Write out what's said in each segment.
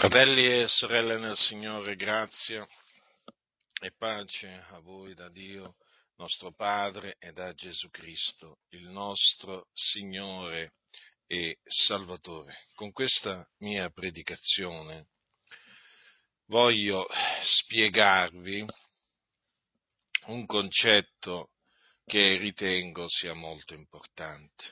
Fratelli e sorelle nel Signore, grazia e pace a voi da Dio, nostro Padre, e da Gesù Cristo, il nostro Signore e Salvatore. Con questa mia predicazione voglio spiegarvi un concetto che ritengo sia molto importante.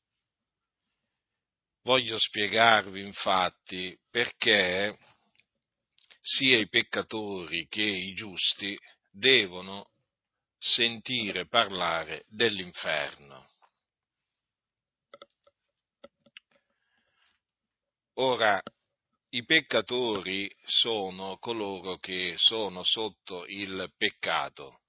Voglio spiegarvi infatti perché sia i peccatori che i giusti devono sentire parlare dell'inferno. Ora, i peccatori sono coloro che sono sotto il peccato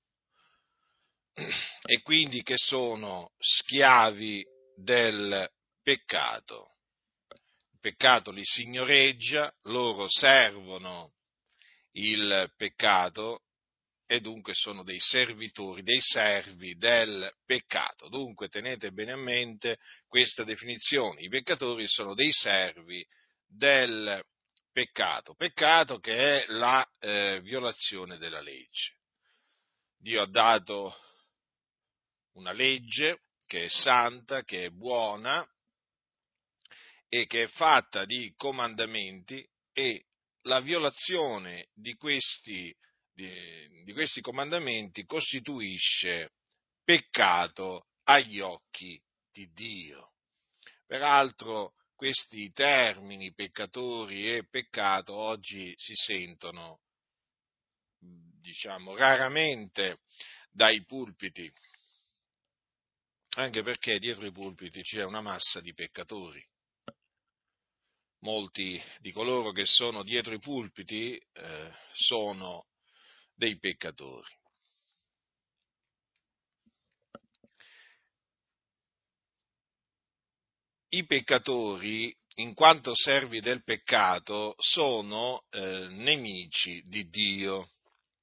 e quindi che sono schiavi del peccato. Il peccato li signoreggia, loro servono il peccato e dunque sono dei servitori, dei servi del peccato. Dunque tenete bene a mente questa definizione: i peccatori sono dei servi del peccato che è la violazione della legge. Dio ha dato una legge che è santa, che è buona e che è fatta di comandamenti, e la violazione di questi comandamenti costituisce peccato agli occhi di Dio. Peraltro questi termini peccatori e peccato oggi si sentono, raramente dai pulpiti, anche perché dietro i pulpiti c'è una massa di peccatori. Molti di coloro che sono dietro i pulpiti sono dei peccatori. I peccatori, in quanto servi del peccato, sono nemici di Dio.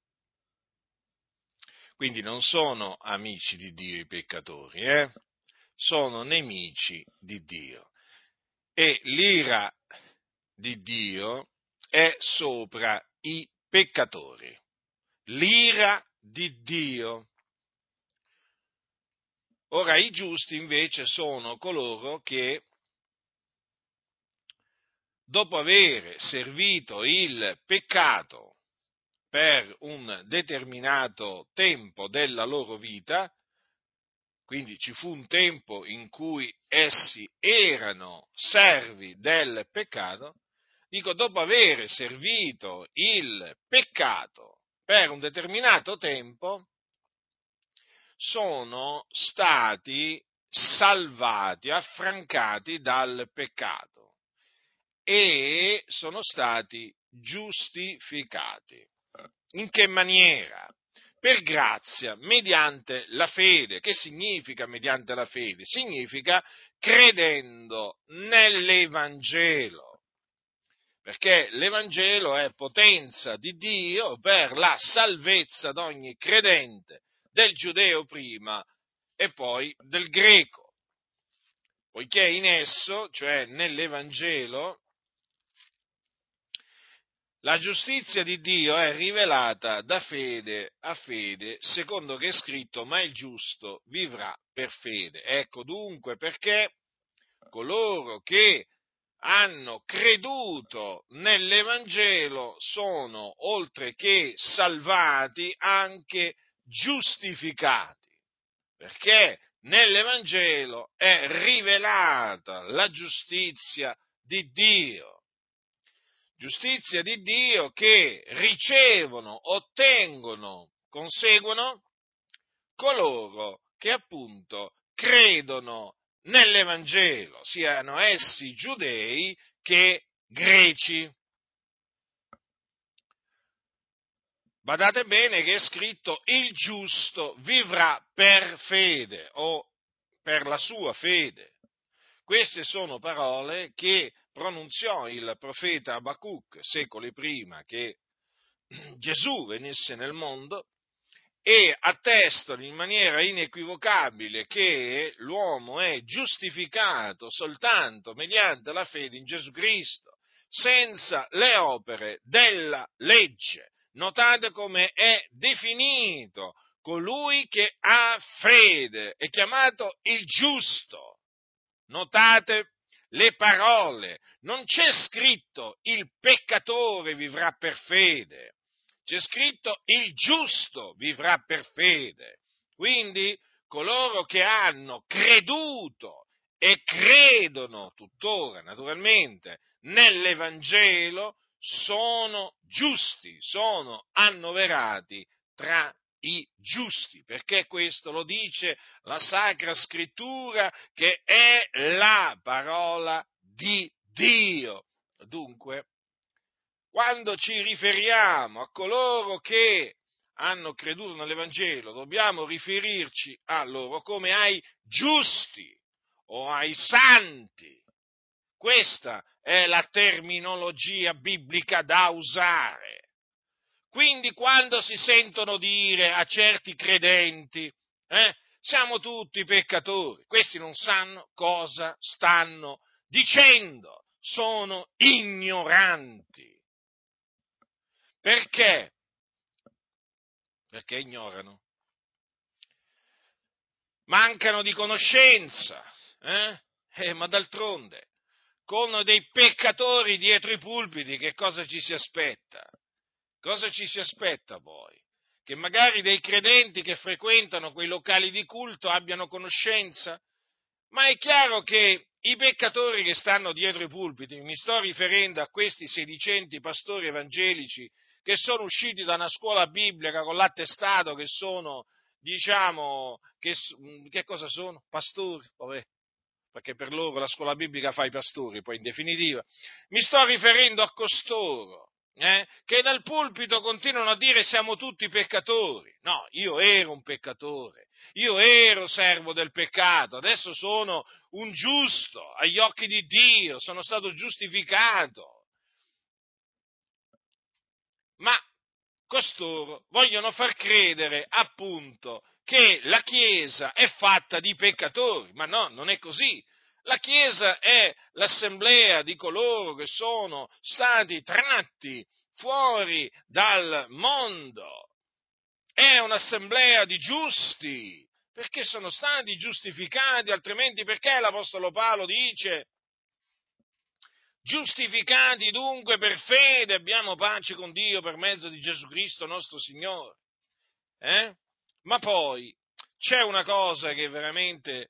Quindi non sono amici di Dio i peccatori, sono nemici di Dio. E l'ira di Dio è sopra i peccatori. L'ira di Dio. Ora, i giusti invece sono coloro che, dopo aver servito il peccato per un determinato tempo della loro vita, quindi ci fu un tempo in cui essi erano servi del peccato, dopo aver servito il peccato per un determinato tempo, sono stati salvati, affrancati dal peccato e sono stati giustificati. In che maniera? Per grazia, mediante la fede. Che significa mediante la fede? Significa credendo nell'Evangelo, perché l'Evangelo è potenza di Dio per la salvezza di ogni credente, del giudeo prima e poi del greco, poiché in esso, cioè nell'Evangelo, la giustizia di Dio è rivelata da fede a fede, secondo che è scritto: ma il giusto vivrà per fede. Ecco dunque perché coloro che hanno creduto nell'Evangelo sono, oltre che salvati, anche giustificati, perché nell'Evangelo è rivelata la giustizia di Dio. Giustizia di Dio che ricevono, ottengono, conseguono coloro che appunto credono nell'Evangelo, siano essi giudei che greci. Badate bene che è scritto: il giusto vivrà per fede o per la sua fede. Queste sono parole che pronunziò il profeta Abacuc secoli prima che Gesù venisse nel mondo, e attestano in maniera inequivocabile che l'uomo è giustificato soltanto mediante la fede in Gesù Cristo, senza le opere della legge. Notate come è definito colui che ha fede, è chiamato il giusto. Notate le parole, non c'è scritto il peccatore vivrà per fede, c'è scritto il giusto vivrà per fede. Quindi coloro che hanno creduto e credono tuttora, naturalmente, nell'Evangelo sono giusti, sono annoverati tra i giusti, perché questo lo dice la Sacra Scrittura, che è la parola di Dio. Dunque, quando ci riferiamo a coloro che hanno creduto nell'Evangelo, dobbiamo riferirci a loro come ai giusti o ai santi. Questa è la terminologia biblica da usare. Quindi quando si sentono dire a certi credenti, siamo tutti peccatori, questi non sanno cosa stanno dicendo, sono ignoranti. Perché? Perché ignorano. Mancano di conoscenza, ma d'altronde, con dei peccatori dietro i pulpiti, che cosa ci si aspetta? Cosa ci si aspetta poi? Che magari dei credenti che frequentano quei locali di culto abbiano conoscenza? Ma è chiaro che i peccatori che stanno dietro i pulpiti, mi sto riferendo a questi sedicenti pastori evangelici che sono usciti da una scuola biblica con l'attestato che sono, diciamo, che cosa sono? Pastori, vabbè, perché per loro la scuola biblica fa i pastori, poi in definitiva. Mi sto riferendo a costoro, che dal pulpito continuano a dire siamo tutti peccatori. No, io ero un peccatore, io ero servo del peccato, adesso sono un giusto agli occhi di Dio, sono stato giustificato. Ma costoro vogliono far credere appunto che la Chiesa è fatta di peccatori, ma no, non è così. La Chiesa è l'assemblea di coloro che sono stati tratti fuori dal mondo, è un'assemblea di giusti, perché sono stati giustificati, altrimenti perché l'Apostolo Paolo dice: giustificati dunque per fede abbiamo pace con Dio per mezzo di Gesù Cristo nostro Signore. Ma poi c'è una cosa che veramente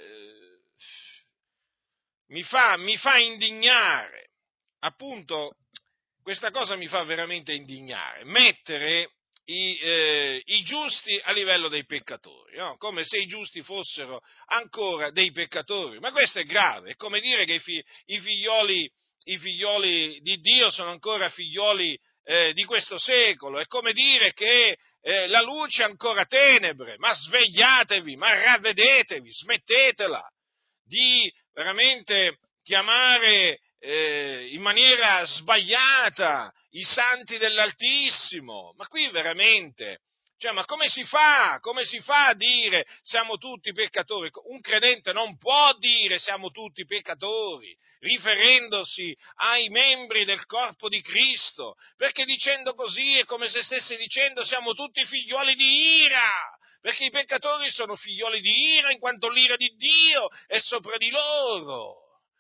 mi fa indignare, appunto questa cosa mi fa veramente indignare, mettere i giusti a livello dei peccatori, no? Come se i giusti fossero ancora dei peccatori, ma questo è grave, è come dire che i figlioli di Dio sono ancora figlioli di questo secolo, è come dire che la luce è ancora tenebre, ma svegliatevi, ma ravvedetevi, smettetela di veramente chiamare in maniera sbagliata i santi dell'Altissimo, ma qui veramente, cioè, ma come si fa? Come si fa a dire siamo tutti peccatori? Un credente non può dire siamo tutti peccatori, riferendosi ai membri del corpo di Cristo, perché dicendo così è come se stesse dicendo siamo tutti figlioli di ira, perché i peccatori sono figlioli di ira, in quanto l'ira di Dio è sopra di loro.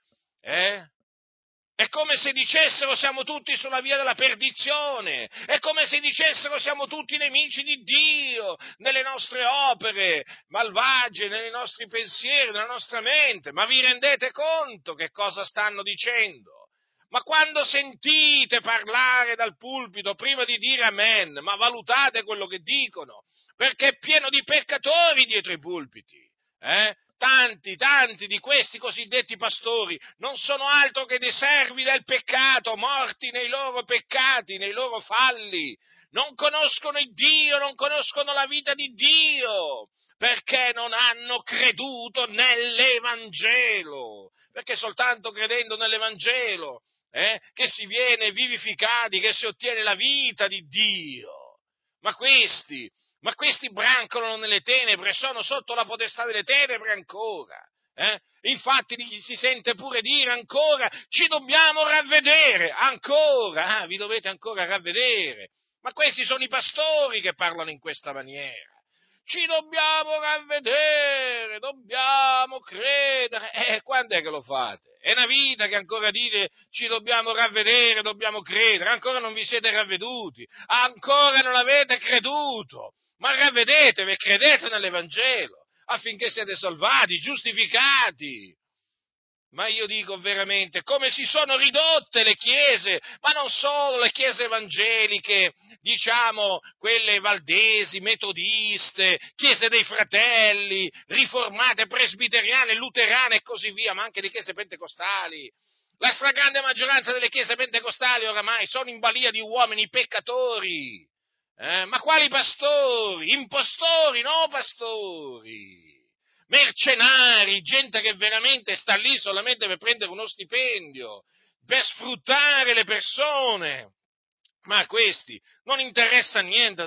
È come se dicessero siamo tutti sulla via della perdizione, è come se dicessero siamo tutti nemici di Dio, nelle nostre opere malvagie, nei nostri pensieri, nella nostra mente. Ma vi rendete conto che cosa stanno dicendo? Ma quando sentite parlare dal pulpito, prima di dire amen, ma valutate quello che dicono, perché è pieno di peccatori dietro i pulpiti, Tanti di questi cosiddetti pastori non sono altro che dei servi del peccato, morti nei loro peccati, nei loro falli, non conoscono il Dio, non conoscono la vita di Dio, perché non hanno creduto nell'Evangelo, perché soltanto credendo nell'Evangelo che si viene vivificati, che si ottiene la vita di Dio. Ma questi brancolano nelle tenebre, sono sotto la potestà delle tenebre ancora. Infatti si sente pure dire ancora, ci dobbiamo ravvedere, ancora, vi dovete ancora ravvedere. Ma questi sono i pastori che parlano in questa maniera. Ci dobbiamo ravvedere, dobbiamo credere. Quando è che lo fate? È una vita che ancora dite ci dobbiamo ravvedere, dobbiamo credere. Ancora non vi siete ravveduti, ancora non avete creduto. Ma ravvedetevi e credete nell'Evangelo affinché siate salvati, giustificati. Ma io dico veramente, come si sono ridotte le chiese, ma non solo le chiese evangeliche, diciamo quelle valdesi, metodiste, chiese dei fratelli, riformate, presbiteriane, luterane e così via, ma anche le chiese pentecostali. La stragrande maggioranza delle chiese pentecostali oramai sono in balia di uomini peccatori. Ma quali pastori? Impostori, no pastori! Mercenari, gente che veramente sta lì solamente per prendere uno stipendio, per sfruttare le persone. Ma a questi non interessa niente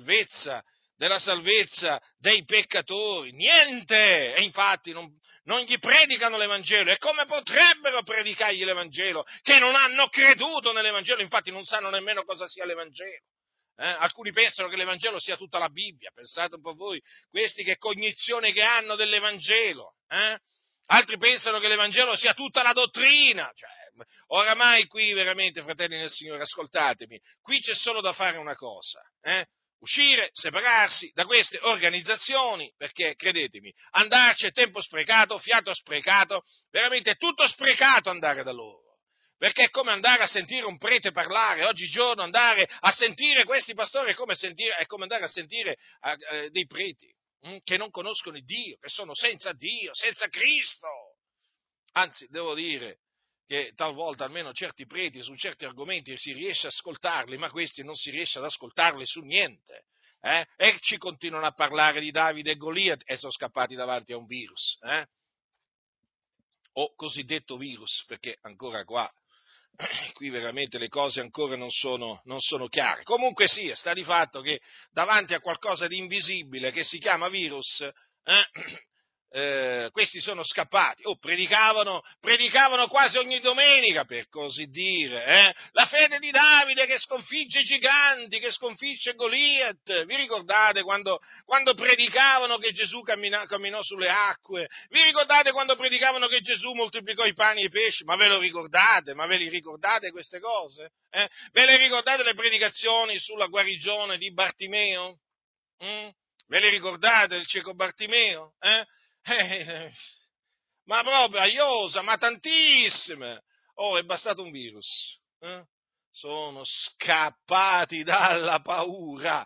della salvezza dei peccatori, niente! E infatti non gli predicano l'Evangelo. E come potrebbero predicargli l'Evangelo? Che non hanno creduto nell'Evangelo, infatti non sanno nemmeno cosa sia l'Evangelo. Alcuni pensano che l'Evangelo sia tutta la Bibbia, pensate un po' voi, questi che cognizione che hanno dell'Evangelo, Altri pensano che l'Evangelo sia tutta la dottrina, oramai qui veramente, fratelli nel Signore, ascoltatemi, qui c'è solo da fare una cosa, uscire, separarsi da queste organizzazioni, perché credetemi, andarci è tempo sprecato, fiato sprecato, veramente è tutto sprecato andare da loro. Perché è come andare a sentire un prete parlare, oggigiorno andare a sentire questi pastori è come andare a sentire dei preti che non conoscono il Dio, che sono senza Dio, senza Cristo. Anzi, devo dire che talvolta almeno certi preti su certi argomenti si riesce a ascoltarli, ma questi non si riesce ad ascoltarli su niente. E ci continuano a parlare di Davide e Goliat e sono scappati davanti a un virus. O cosiddetto virus, perché ancora qui veramente le cose ancora non sono chiare. Comunque sia, sta di fatto che davanti a qualcosa di invisibile che si chiama virus, questi sono scappati, predicavano quasi ogni domenica, per così dire, la fede di Davide che sconfigge i giganti, che sconfigge Goliat. Vi ricordate quando predicavano che Gesù camminò sulle acque? Vi ricordate quando predicavano che Gesù moltiplicò i pani e i pesci? Ma ve lo ricordate? Ma ve li ricordate queste cose? Ve le ricordate le predicazioni sulla guarigione di Bartimeo? Ve le ricordate il cieco Bartimeo? Ma proprio aiosa, ma tantissime. È bastato un virus. Sono scappati dalla paura,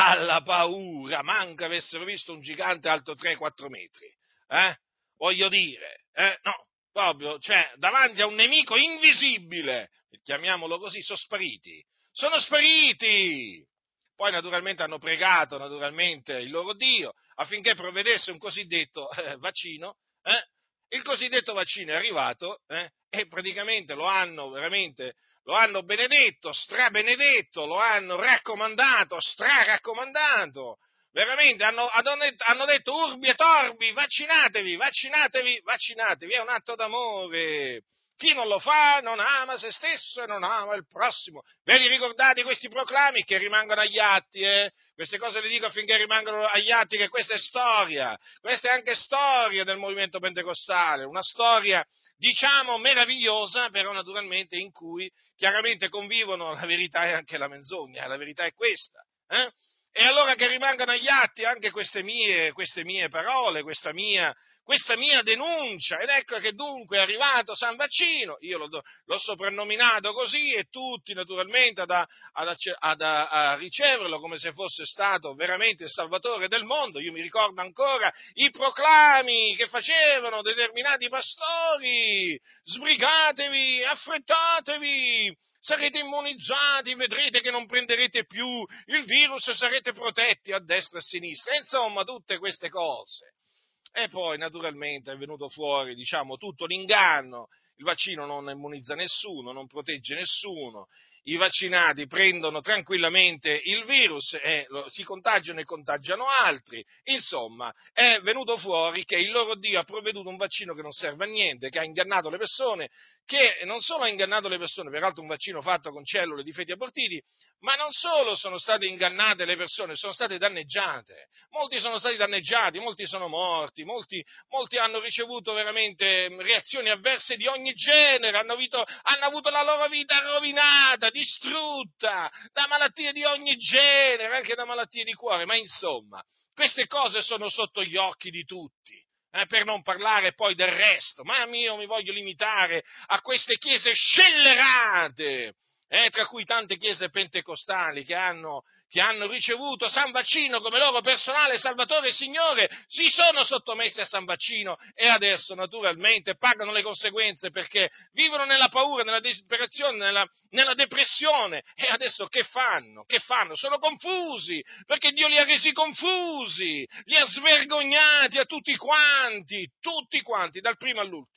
manco avessero visto un gigante alto 3-4 metri. Voglio dire, no, proprio, davanti a un nemico invisibile, chiamiamolo così, sono spariti. Poi naturalmente hanno pregato il loro Dio affinché provvedesse un cosiddetto vaccino. Il cosiddetto vaccino è arrivato e praticamente lo hanno benedetto, strabenedetto, lo hanno raccomandato, straraccomandato. Veramente hanno detto urbi e torbi, vaccinatevi, è un atto d'amore. Chi non lo fa non ama se stesso e non ama il prossimo. Ve li ricordate questi proclami che rimangono agli atti? Queste cose le dico affinché rimangano agli atti, che questa è storia. Questa è anche storia del movimento pentecostale, una storia, diciamo, meravigliosa, però naturalmente in cui chiaramente convivono la verità e anche la menzogna. La verità è questa. E allora che rimangano agli atti anche queste mie parole, questa mia denuncia, ed ecco che dunque è arrivato San Vaccino, io l'ho soprannominato così e tutti naturalmente a riceverlo come se fosse stato veramente il salvatore del mondo. Io mi ricordo ancora i proclami che facevano determinati pastori: sbrigatevi, affrettatevi, sarete immunizzati, vedrete che non prenderete più il virus, sarete protetti a destra e a sinistra, insomma tutte queste cose. E poi naturalmente è venuto fuori, diciamo, tutto l'inganno. Il vaccino non immunizza nessuno, non protegge nessuno, i vaccinati prendono tranquillamente il virus e si contagiano e contagiano altri. Insomma, è venuto fuori che il loro Dio ha provveduto un vaccino che non serve a niente, che ha ingannato le persone, che non solo ha ingannato le persone, peraltro un vaccino fatto con cellule di feti abortiti, ma non solo sono state ingannate le persone, sono state danneggiate. Molti sono stati danneggiati, molti sono morti, molti hanno ricevuto veramente reazioni avverse di ogni genere, hanno avuto la loro vita rovinata, distrutta, da malattie di ogni genere, anche da malattie di cuore, ma insomma, queste cose sono sotto gli occhi di tutti. Per non parlare poi del resto, ma io mi voglio limitare a queste chiese scellerate, tra cui tante chiese pentecostali che hanno ricevuto San Vaccino come loro personale Salvatore e Signore, si sono sottomessi a San Vaccino e adesso naturalmente pagano le conseguenze perché vivono nella paura, nella disperazione, nella depressione e adesso che fanno? Che fanno? Sono confusi perché Dio li ha resi confusi, li ha svergognati a tutti quanti, dal primo all'ultimo.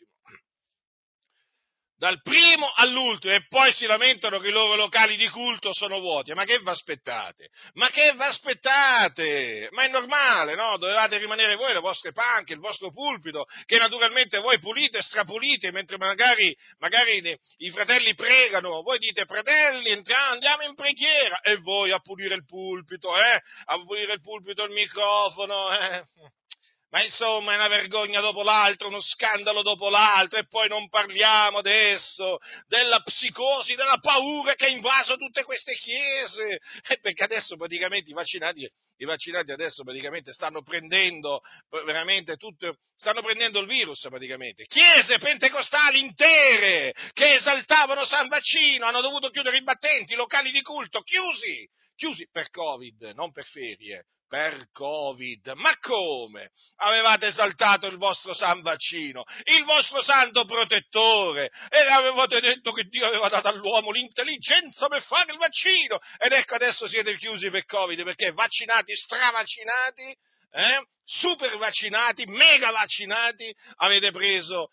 Dal primo all'ultimo, e poi si lamentano che i loro locali di culto sono vuoti. Ma che vi aspettate? Ma che vi aspettate? Ma è normale, no? Dovevate rimanere voi, le vostre panche, il vostro pulpito, che naturalmente voi pulite e strapulite, mentre magari i fratelli pregano, voi dite, fratelli, andiamo in preghiera, e voi a pulire il pulpito, a pulire il pulpito, il microfono, Ma insomma è una vergogna dopo l'altra, uno scandalo dopo l'altro, e poi non parliamo adesso della psicosi, della paura che ha invaso tutte queste chiese, perché adesso praticamente i vaccinati adesso praticamente stanno prendendo veramente stanno prendendo il virus praticamente. Chiese pentecostali intere che esaltavano San Vaccino hanno dovuto chiudere i battenti, i locali di culto, chiusi per Covid, non per ferie. Per Covid, ma come? Avevate esaltato il vostro San Vaccino, il vostro santo protettore, e avevate detto che Dio aveva dato all'uomo l'intelligenza per fare il vaccino, ed ecco adesso siete chiusi per Covid, perché vaccinati, stravaccinati, super vaccinati, mega vaccinati, avete preso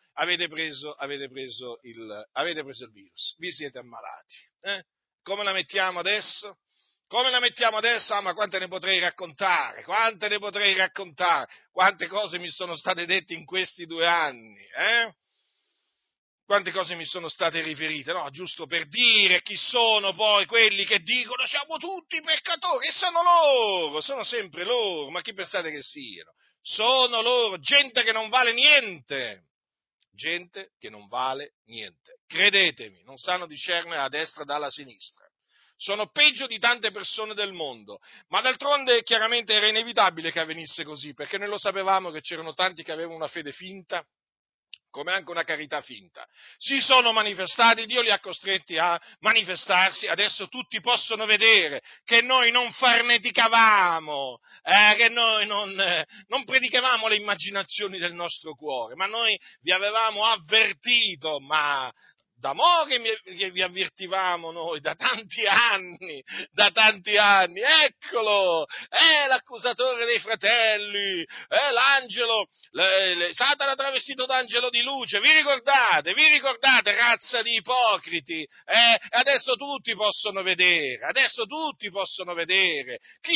il virus, vi siete ammalati, Come la mettiamo adesso? Come la mettiamo adesso? Ma quante ne potrei raccontare? Quante cose mi sono state dette in questi 2 anni, Quante cose mi sono state riferite, no? Giusto per dire chi sono poi quelli che dicono siamo tutti peccatori, e sono sempre loro, ma chi pensate che siano? Sono loro, gente che non vale niente. Credetemi, non sanno discernere la destra dalla sinistra. Sono peggio di tante persone del mondo, ma d'altronde chiaramente era inevitabile che avvenisse così, perché noi lo sapevamo che c'erano tanti che avevano una fede finta, come anche una carità finta. Si sono manifestati, Dio li ha costretti a manifestarsi, adesso tutti possono vedere che noi non farneticavamo, che noi non predicavamo le immaginazioni del nostro cuore, ma noi vi avevamo avvertito, ma d'amore che vi avvertivamo noi da tanti anni, eccolo, è l'accusatore dei fratelli, è l'angelo, Satana travestito d'angelo di luce, vi ricordate, razza di ipocriti, adesso tutti possono vedere, chi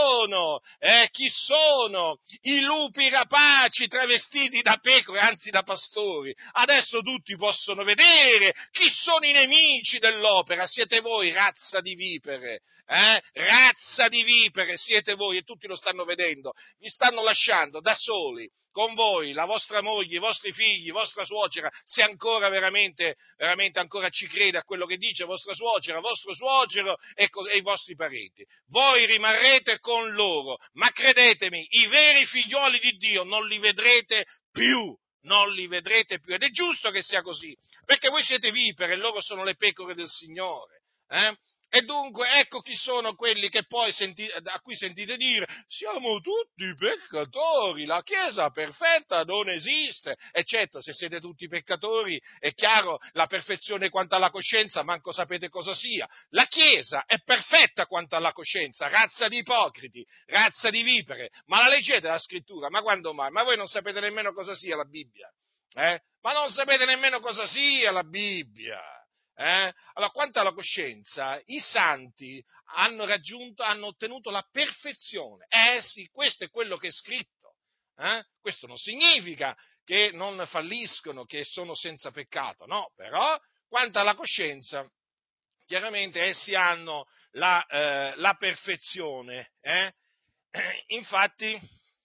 sono i lupi rapaci travestiti da pecore, anzi da pastori, adesso tutti possono vedere chi sono i nemici dell'opera, siete voi, razza di vipere, razza di vipere siete voi, e tutti lo stanno vedendo, vi stanno lasciando da soli, con voi, la vostra moglie, i vostri figli, vostra suocera, se ancora veramente ancora ci crede a quello che dice vostra suocera, vostro suocero e i vostri parenti. Voi rimarrete con loro, ma credetemi, i veri figlioli di Dio non li vedrete più. Ed è giusto che sia così, perché voi siete vipere e loro sono le pecore del Signore, E dunque ecco chi sono quelli che poi a cui sentite dire siamo tutti peccatori, la Chiesa perfetta non esiste, e certo, se siete tutti peccatori è chiaro, la perfezione quanto alla coscienza manco sapete cosa sia. La Chiesa è perfetta quanto alla coscienza, razza di ipocriti, razza di vipere, ma la leggete la scrittura? Ma quando mai? Ma voi non sapete nemmeno cosa sia la Bibbia, Ma non sapete nemmeno cosa sia la Bibbia. Allora, quanto alla coscienza, i santi hanno ottenuto la perfezione. Sì, questo è quello che è scritto. Questo non significa che non falliscono, che sono senza peccato, no, però quanto alla coscienza, chiaramente essi hanno la perfezione. Infatti,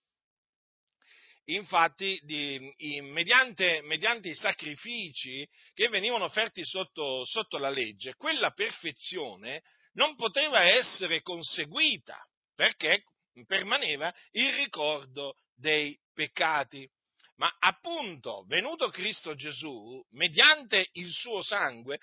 mediante i sacrifici che venivano offerti sotto la legge, quella perfezione non poteva essere conseguita perché permaneva il ricordo dei peccati. Ma appunto, venuto Cristo Gesù, mediante il suo sangue,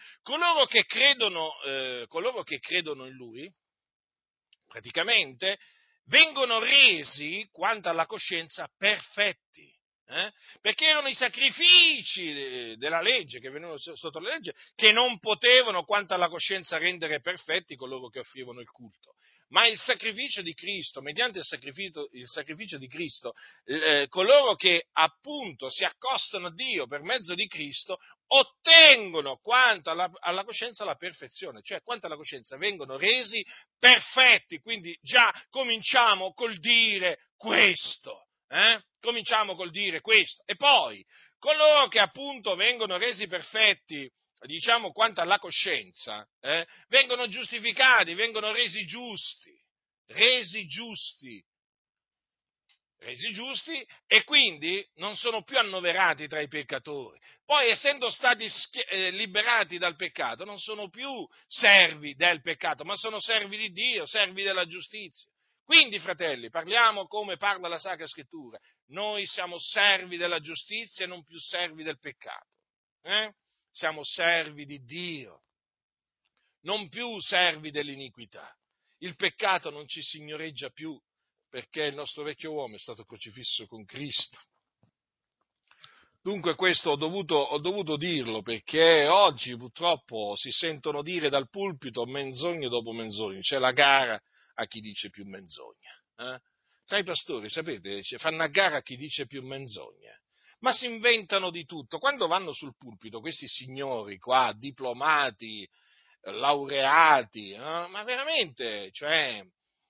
coloro che credono in Lui, praticamente vengono resi, quanto alla coscienza, perfetti. Perché erano i sacrifici della legge, che venivano sotto la legge, che non potevano, quanto alla coscienza, rendere perfetti coloro che offrivano il culto. Ma il sacrificio di Cristo, mediante il sacrificio di Cristo, coloro che appunto si accostano a Dio per mezzo di Cristo, ottengono, quanto alla coscienza, la perfezione, cioè quanto alla coscienza vengono resi perfetti. Quindi già cominciamo col dire questo. Cominciamo col dire questo. E poi, coloro che appunto vengono resi perfetti, diciamo, quanto alla coscienza, vengono giustificati, vengono resi giusti e quindi non sono più annoverati tra i peccatori. Poi, essendo stati liberati dal peccato, non sono più servi del peccato, ma sono servi di Dio, servi della giustizia. Quindi, fratelli, parliamo come parla la Sacra Scrittura. Noi siamo servi della giustizia e non più servi del peccato. Siamo servi di Dio, non più servi dell'iniquità. Il peccato non ci signoreggia più, perché il nostro vecchio uomo è stato crocifisso con Cristo. Dunque questo ho dovuto dirlo, perché oggi purtroppo si sentono dire dal pulpito menzogne dopo menzogne, c'è la gara a chi dice più menzogna. Tra i pastori, sapete, fanno a gara a chi dice più menzogna, ma si inventano di tutto. Quando vanno sul pulpito questi signori qua, diplomati, laureati, ma veramente, cioè,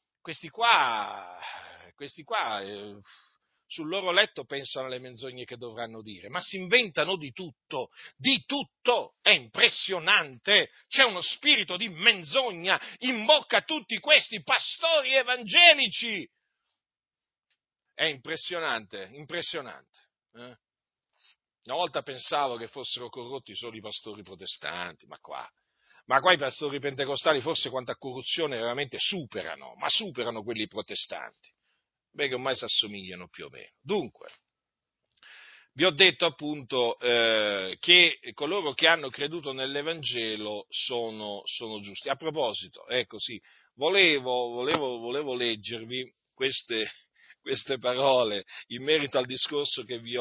questi qua sul loro letto pensano alle menzogne che dovranno dire, ma si inventano di tutto, è impressionante, c'è uno spirito di menzogna in bocca a tutti questi pastori evangelici, è impressionante, impressionante. Una volta pensavo che fossero corrotti solo i pastori protestanti, ma qua i pastori pentecostali forse quanta corruzione veramente superano quelli protestanti, beh, che ormai si assomigliano più o meno. Dunque, vi ho detto appunto che coloro che hanno creduto nell'Evangelo sono giusti. A proposito, ecco sì, volevo leggervi queste parole in merito al discorso che vi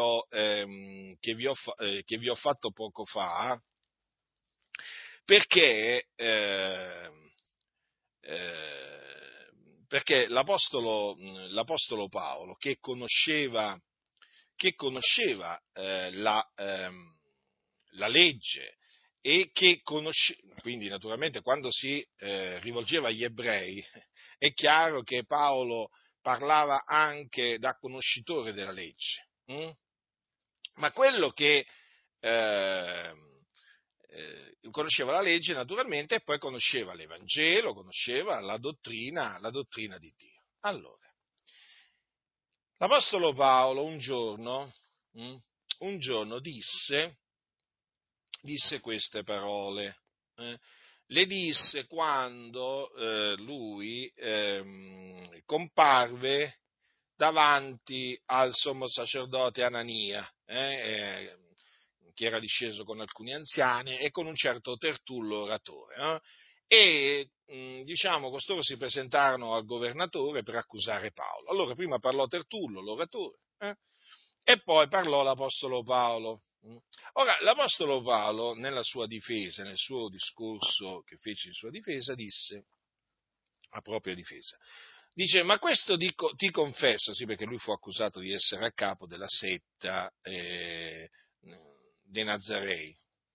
ho fatto poco fa, perché, perché l'Apostolo Paolo, che conosceva la legge e quindi naturalmente quando si rivolgeva agli ebrei, è chiaro che Paolo parlava anche da conoscitore della legge, ma quello che eh, conosceva la legge naturalmente e poi conosceva l'Evangelo, conosceva la dottrina di Dio. Allora, l'Apostolo Paolo un giorno disse queste parole. Le disse quando lui comparve davanti al sommo sacerdote Anania, che era disceso con alcuni anziani e con un certo Tertullo oratore. E diciamo, costoro si presentarono al governatore per accusare Paolo. Allora prima parlò Tertullo, l'oratore, e poi parlò l'Apostolo Paolo. Ora, l'Apostolo Paolo, nella sua difesa, nel suo discorso che fece in sua difesa, disse, a propria difesa, dice, ma questo ti confesso, sì, perché lui fu accusato di essere a capo della setta dei Nazarei,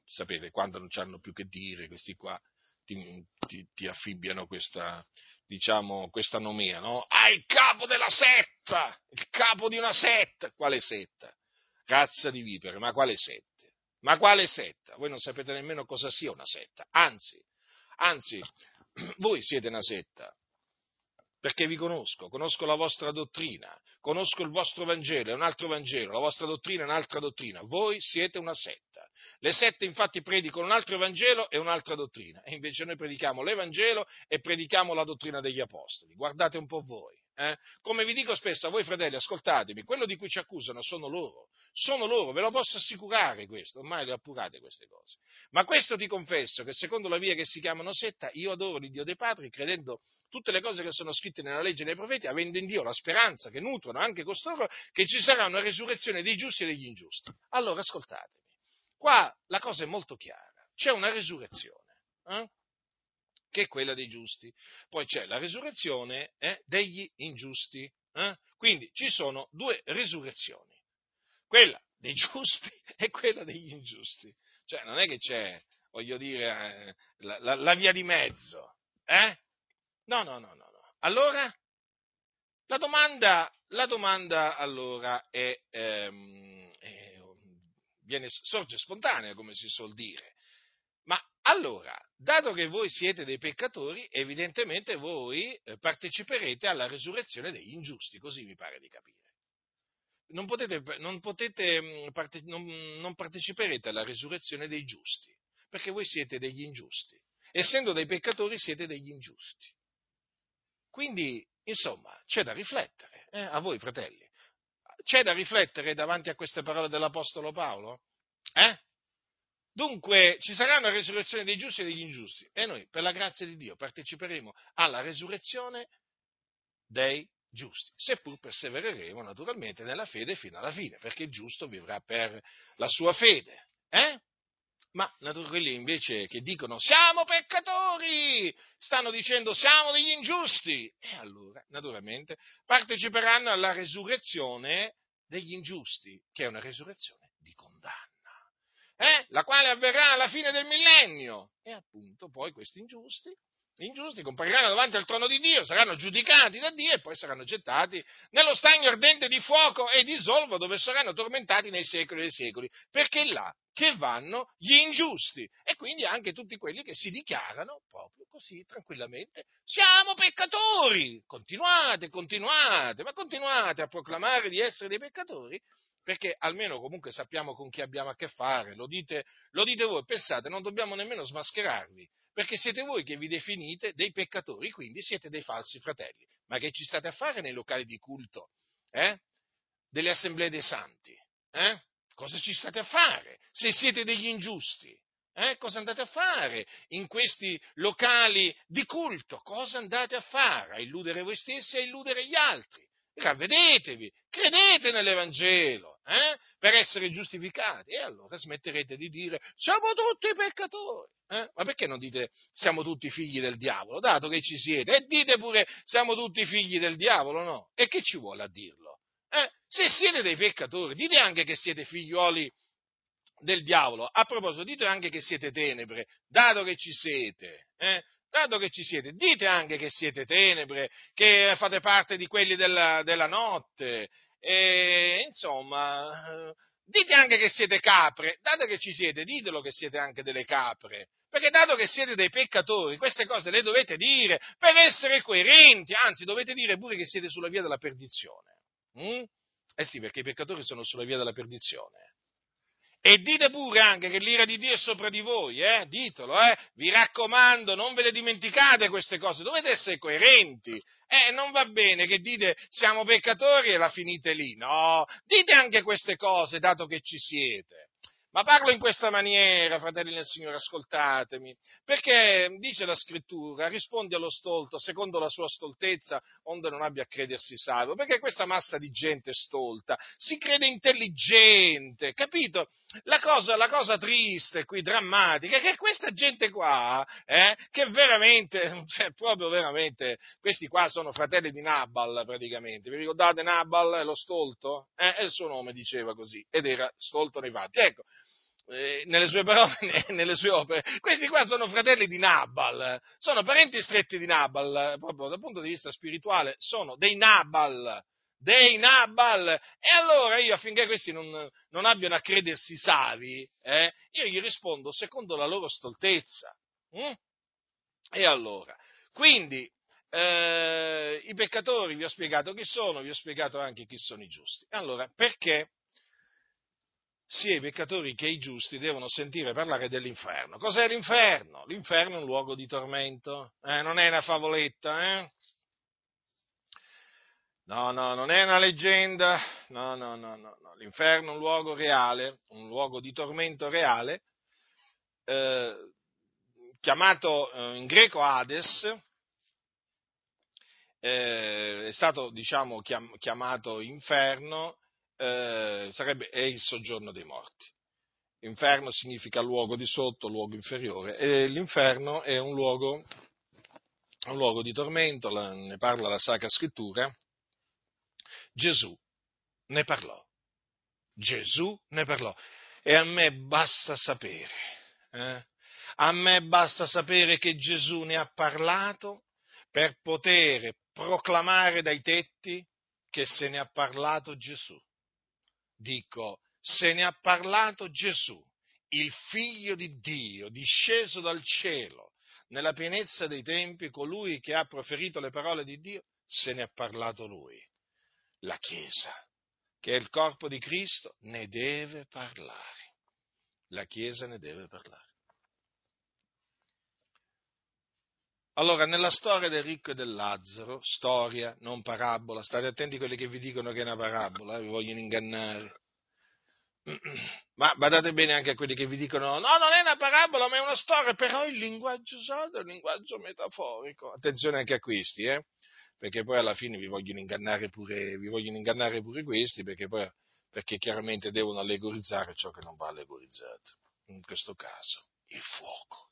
sapete, quando non c'hanno più che dire, questi qua ti affibbiano questa, diciamo, questa nomea, no? Ah, il capo della setta! Il capo di una setta! Quale setta? Razza di vipere, ma quale sette? Ma quale setta? Voi non sapete nemmeno cosa sia una setta. Anzi, voi siete una setta, perché vi conosco la vostra dottrina, conosco il vostro Vangelo, è un altro Vangelo, la vostra dottrina è un'altra dottrina, voi siete una setta. Le sette infatti predicano un altro Vangelo e un'altra dottrina, e invece noi predichiamo l'Evangelo e predichiamo la dottrina degli Apostoli. Guardate un po' voi. Come vi dico spesso a voi fratelli, ascoltatemi, quello di cui ci accusano sono loro, ve lo posso assicurare questo, ormai le ho appurate queste cose. Ma questo ti confesso, che secondo la via che si chiamano setta, io adoro l'Iddio dei padri, credendo tutte le cose che sono scritte nella legge e nei profeti, avendo in Dio la speranza che nutrono anche costoro, che ci sarà una resurrezione dei giusti e degli ingiusti. Allora, ascoltatemi, qua la cosa è molto chiara, c'è una resurrezione, che è quella dei giusti, poi c'è la resurrezione degli ingiusti, quindi ci sono due resurrezioni, quella dei giusti e quella degli ingiusti, cioè non è che c'è, voglio dire, la via di mezzo, No, no, no, no, no. Allora, la domanda allora sorge spontanea, come si suol dire. Ma allora, dato che voi siete dei peccatori, evidentemente voi parteciperete alla resurrezione degli ingiusti, così mi pare di capire. Non parteciperete alla resurrezione dei giusti, perché voi siete degli ingiusti. Essendo dei peccatori siete degli ingiusti. Quindi, insomma, c'è da riflettere, a voi fratelli. C'è da riflettere davanti a queste parole dell'Apostolo Paolo? Dunque, ci sarà una resurrezione dei giusti e degli ingiusti e noi, per la grazia di Dio, parteciperemo alla resurrezione dei giusti, seppur persevereremo naturalmente nella fede fino alla fine, perché il giusto vivrà per la sua fede. Ma quelli invece che dicono siamo peccatori, stanno dicendo siamo degli ingiusti, e allora naturalmente parteciperanno alla resurrezione degli ingiusti, che è una resurrezione di condanna, la quale avverrà alla fine del millennio, e appunto poi questi ingiusti compariranno davanti al trono di Dio, saranno giudicati da Dio e poi saranno gettati nello stagno ardente di fuoco e di zolfo, dove saranno tormentati nei secoli dei secoli, perché è là che vanno gli ingiusti, e quindi anche tutti quelli che si dichiarano proprio così tranquillamente siamo peccatori. Continuate a proclamare di essere dei peccatori, perché almeno comunque sappiamo con chi abbiamo a che fare. Lo dite voi, pensate, non dobbiamo nemmeno smascherarvi, perché siete voi che vi definite dei peccatori, quindi siete dei falsi fratelli. Ma che ci state a fare nei locali di culto? Delle assemblee dei santi? Cosa ci state a fare? Se siete degli ingiusti? Cosa andate a fare in questi locali di culto? Cosa andate a fare? A illudere voi stessi e a illudere gli altri? Ravvedetevi, credete nell'Evangelo, per essere giustificati, e allora smetterete di dire siamo tutti peccatori. Ma perché non dite siamo tutti figli del diavolo, dato che ci siete? E dite pure siamo tutti figli del diavolo, no? E che ci vuole a dirlo? Se siete dei peccatori, dite anche che siete figlioli del diavolo. A proposito, dite anche che siete tenebre, dato che ci siete. Dato che ci siete, dite anche che siete tenebre, che fate parte di quelli della notte, e insomma, dite anche che siete capre, dato che ci siete, ditelo che siete anche delle capre, perché dato che siete dei peccatori, queste cose le dovete dire per essere coerenti, anzi dovete dire pure che siete sulla via della perdizione. Eh sì, perché i peccatori sono sulla via della perdizione. E dite pure anche che l'ira di Dio è sopra di voi, ditelo, vi raccomando, non ve le dimenticate queste cose, dovete essere coerenti, non va bene che dite siamo peccatori e la finite lì, no, dite anche queste cose, dato che ci siete. Ma parlo in questa maniera, fratelli del Signore, ascoltatemi, perché dice la Scrittura, rispondi allo stolto secondo la sua stoltezza, onde non abbia a credersi salvo, perché questa massa di gente stolta si crede intelligente, capito? La cosa triste qui, drammatica, è che questa gente qua, che veramente, cioè proprio veramente, questi qua sono fratelli di Nabal praticamente, vi ricordate Nabal, lo stolto? E il suo nome diceva così, ed era stolto nei fatti. Ecco, nelle sue parole e nelle sue opere. Questi qua sono fratelli di Nabal, sono parenti stretti di Nabal, proprio dal punto di vista spirituale, sono dei Nabal. Dei Nabal, e allora io, affinché questi non abbiano a credersi savi, io gli rispondo secondo la loro stoltezza. Mm? E allora, quindi, i peccatori vi ho spiegato chi sono, vi ho spiegato anche chi sono i giusti. Allora, perché sia i peccatori che i giusti devono sentire parlare dell'inferno? Cos'è l'inferno? L'inferno è un luogo di tormento, non è una favoletta, eh? No, non è una leggenda, no. L'inferno è un luogo reale, un luogo di tormento reale, eh, chiamato in greco Hades, è stato, diciamo, chiamato inferno, è il soggiorno dei morti. Inferno significa luogo di sotto, luogo inferiore, e l'inferno è un luogo di tormento, ne parla la Sacra Scrittura. Gesù ne parlò. Gesù ne parlò. E a me basta sapere, a me basta sapere che Gesù ne ha parlato per poter proclamare dai tetti che se ne ha parlato Gesù. Dico, se ne ha parlato Gesù, il Figlio di Dio, disceso dal cielo, nella pienezza dei tempi, colui che ha proferito le parole di Dio, se ne ha parlato Lui. La Chiesa, che è il corpo di Cristo, ne deve parlare. La Chiesa ne deve parlare. Allora, nella storia del ricco e del Lazzaro, storia, non parabola, state attenti a quelli che vi dicono che è una parabola, vi vogliono ingannare. Ma badate bene anche a quelli che vi dicono, no, non è una parabola, ma è una storia, però il linguaggio usato è un linguaggio metaforico. Attenzione anche a questi, perché poi alla fine vi vogliono ingannare pure questi, perché chiaramente devono allegorizzare ciò che non va allegorizzato. In questo caso, il fuoco.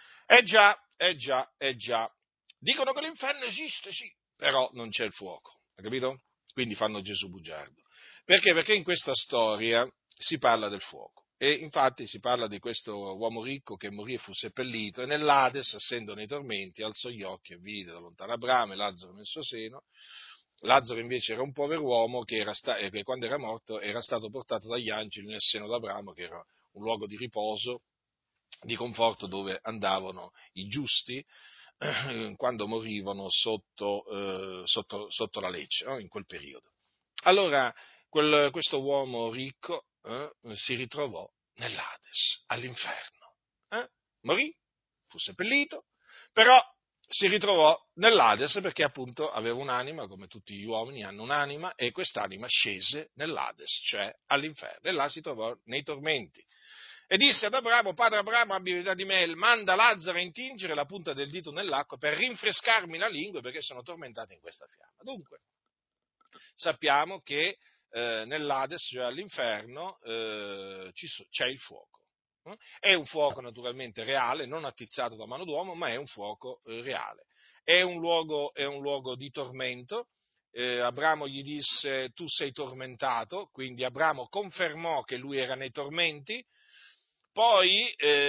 Eh già. Dicono che l'inferno esiste, sì, però non c'è il fuoco, hai capito? Quindi fanno Gesù bugiardo. Perché? Perché in questa storia si parla del fuoco. E infatti si parla di questo uomo ricco che morì e fu seppellito, e nell'Ades, essendo nei tormenti, alzò gli occhi e vide da lontano Abramo e Lazzaro nel suo seno. Lazzaro invece era un povero uomo che quando era morto era stato portato dagli angeli nel seno d'Abramo, che era un luogo di riposo, di conforto, dove andavano i giusti quando morivano sotto la legge, no? In quel periodo. Allora, questo uomo ricco si ritrovò nell'Ades, all'inferno. Morì, fu seppellito, però si ritrovò nell'Ades perché appunto aveva un'anima, come tutti gli uomini hanno un'anima, e quest'anima scese nell'Ades, cioè all'inferno, e là si trovò nei tormenti. E disse ad Abramo, padre Abramo, abbi pietà di me, manda Lazzaro a intingere la punta del dito nell'acqua per rinfrescarmi la lingua, perché sono tormentato in questa fiamma. Dunque, sappiamo che nell'Ades, cioè all'inferno, c'è il fuoco. È un fuoco naturalmente reale, non attizzato da mano d'uomo, ma è un fuoco reale. È un luogo di tormento. Abramo gli disse, tu sei tormentato, quindi Abramo confermò che lui era nei tormenti. Poi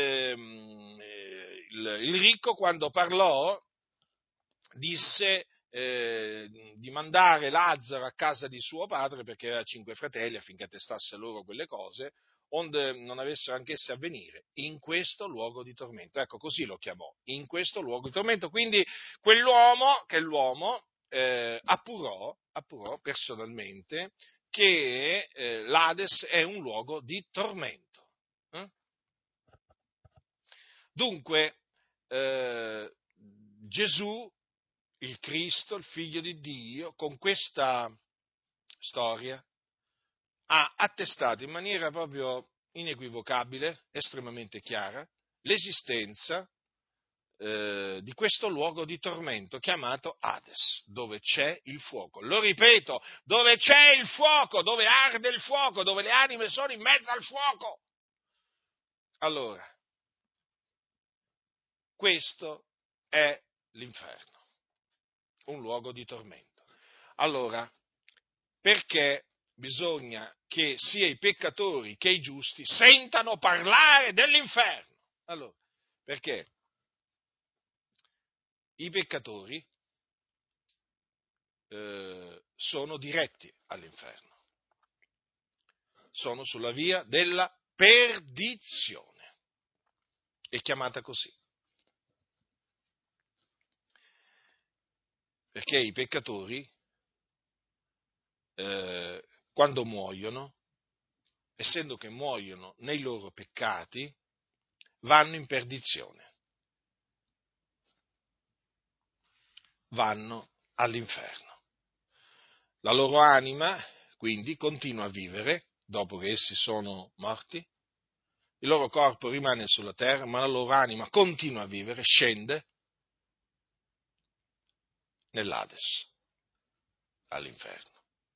il ricco, quando parlò, disse di mandare Lazzaro a casa di suo padre, perché aveva 5 fratelli, affinché attestasse loro quelle cose, onde non avessero anch'esse a venire in questo luogo di tormento. Ecco, così lo chiamò, in questo luogo di tormento. Quindi l'uomo appurò personalmente che l'Ades è un luogo di tormento. Dunque, Gesù, il Cristo, il Figlio di Dio, con questa storia ha attestato in maniera proprio inequivocabile, estremamente chiara, l'esistenza di questo luogo di tormento chiamato Hades, dove c'è il fuoco. Lo ripeto, dove c'è il fuoco, dove arde il fuoco, dove le anime sono in mezzo al fuoco. Allora, questo è l'inferno, un luogo di tormento. Allora, perché bisogna che sia i peccatori che i giusti sentano parlare dell'inferno. Allora, perché i peccatori sono diretti all'inferno, sono sulla via della perdizione, è chiamata così, perché i peccatori quando muoiono, essendo che muoiono nei loro peccati, vanno in perdizione, vanno all'inferno. La loro anima, quindi, continua a vivere dopo che essi sono morti, il loro corpo rimane sulla terra, ma la loro anima continua a vivere, scende nell'Ades, all'inferno.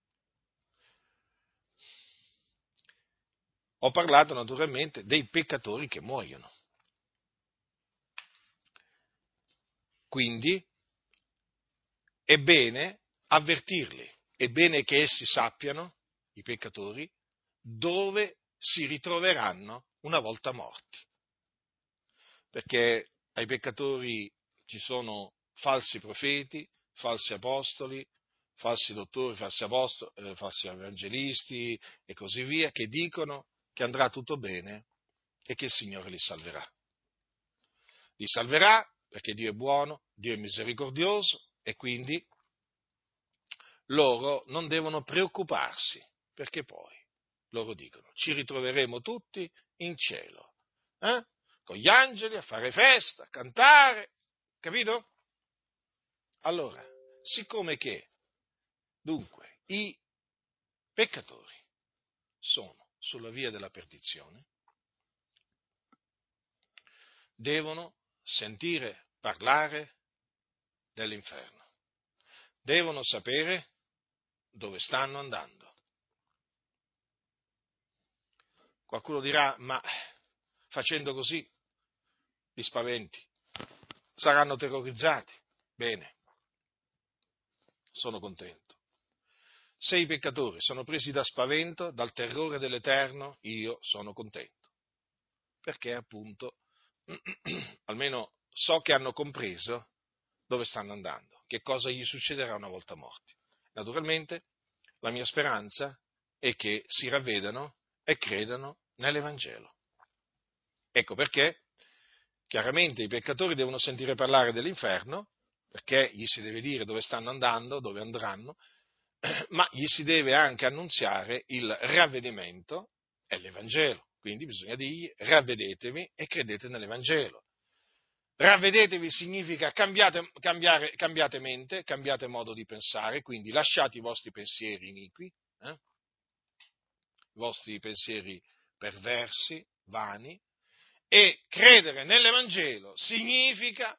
Ho parlato naturalmente dei peccatori che muoiono. Quindi è bene avvertirli, è bene che essi sappiano, i peccatori, dove si ritroveranno una volta morti. Perché ai peccatori ci sono falsi profeti, falsi apostoli, falsi dottori, falsi apostoli, falsi evangelisti e così via, che dicono che andrà tutto bene e che il Signore li salverà. Li salverà perché Dio è buono, Dio è misericordioso e quindi loro non devono preoccuparsi, perché poi loro dicono ci ritroveremo tutti in cielo, con gli angeli a fare festa, a cantare, capito? Allora, siccome che dunque i peccatori sono sulla via della perdizione, devono sentire parlare dell'inferno, devono sapere dove stanno andando. Qualcuno dirà, ma facendo così li spaventi, saranno terrorizzati. Bene, sono contento. Se i peccatori sono presi da spavento, dal terrore dell'Eterno, io sono contento. Perché appunto, almeno so che hanno compreso dove stanno andando, che cosa gli succederà una volta morti. Naturalmente, la mia speranza è che si ravvedano e credano nell'Evangelo. Ecco perché, chiaramente, i peccatori devono sentire parlare dell'inferno, perché gli si deve dire dove stanno andando, dove andranno, ma gli si deve anche annunziare il ravvedimento e l'Evangelo. Quindi bisogna dirgli ravvedetevi e credete nell'Evangelo. Ravvedetevi significa cambiate mente, cambiate modo di pensare, quindi lasciate i vostri pensieri iniqui, i vostri pensieri perversi, vani, e credere nell'Evangelo significa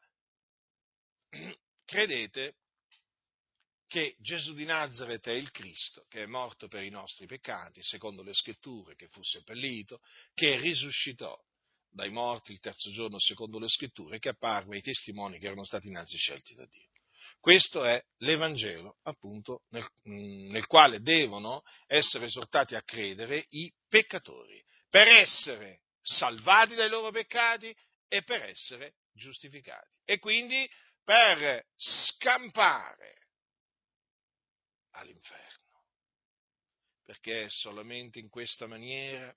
credete che Gesù di Nazaret è il Cristo, che è morto per i nostri peccati, secondo le Scritture, che fu seppellito, che risuscitò dai morti il terzo giorno, secondo le Scritture, e che apparve ai testimoni che erano stati innanzi scelti da Dio. Questo è l'Evangelo, appunto, nel quale devono essere esortati a credere i peccatori, per essere salvati dai loro peccati e per essere giustificati. E quindi per scampare all'inferno, perché solamente in questa maniera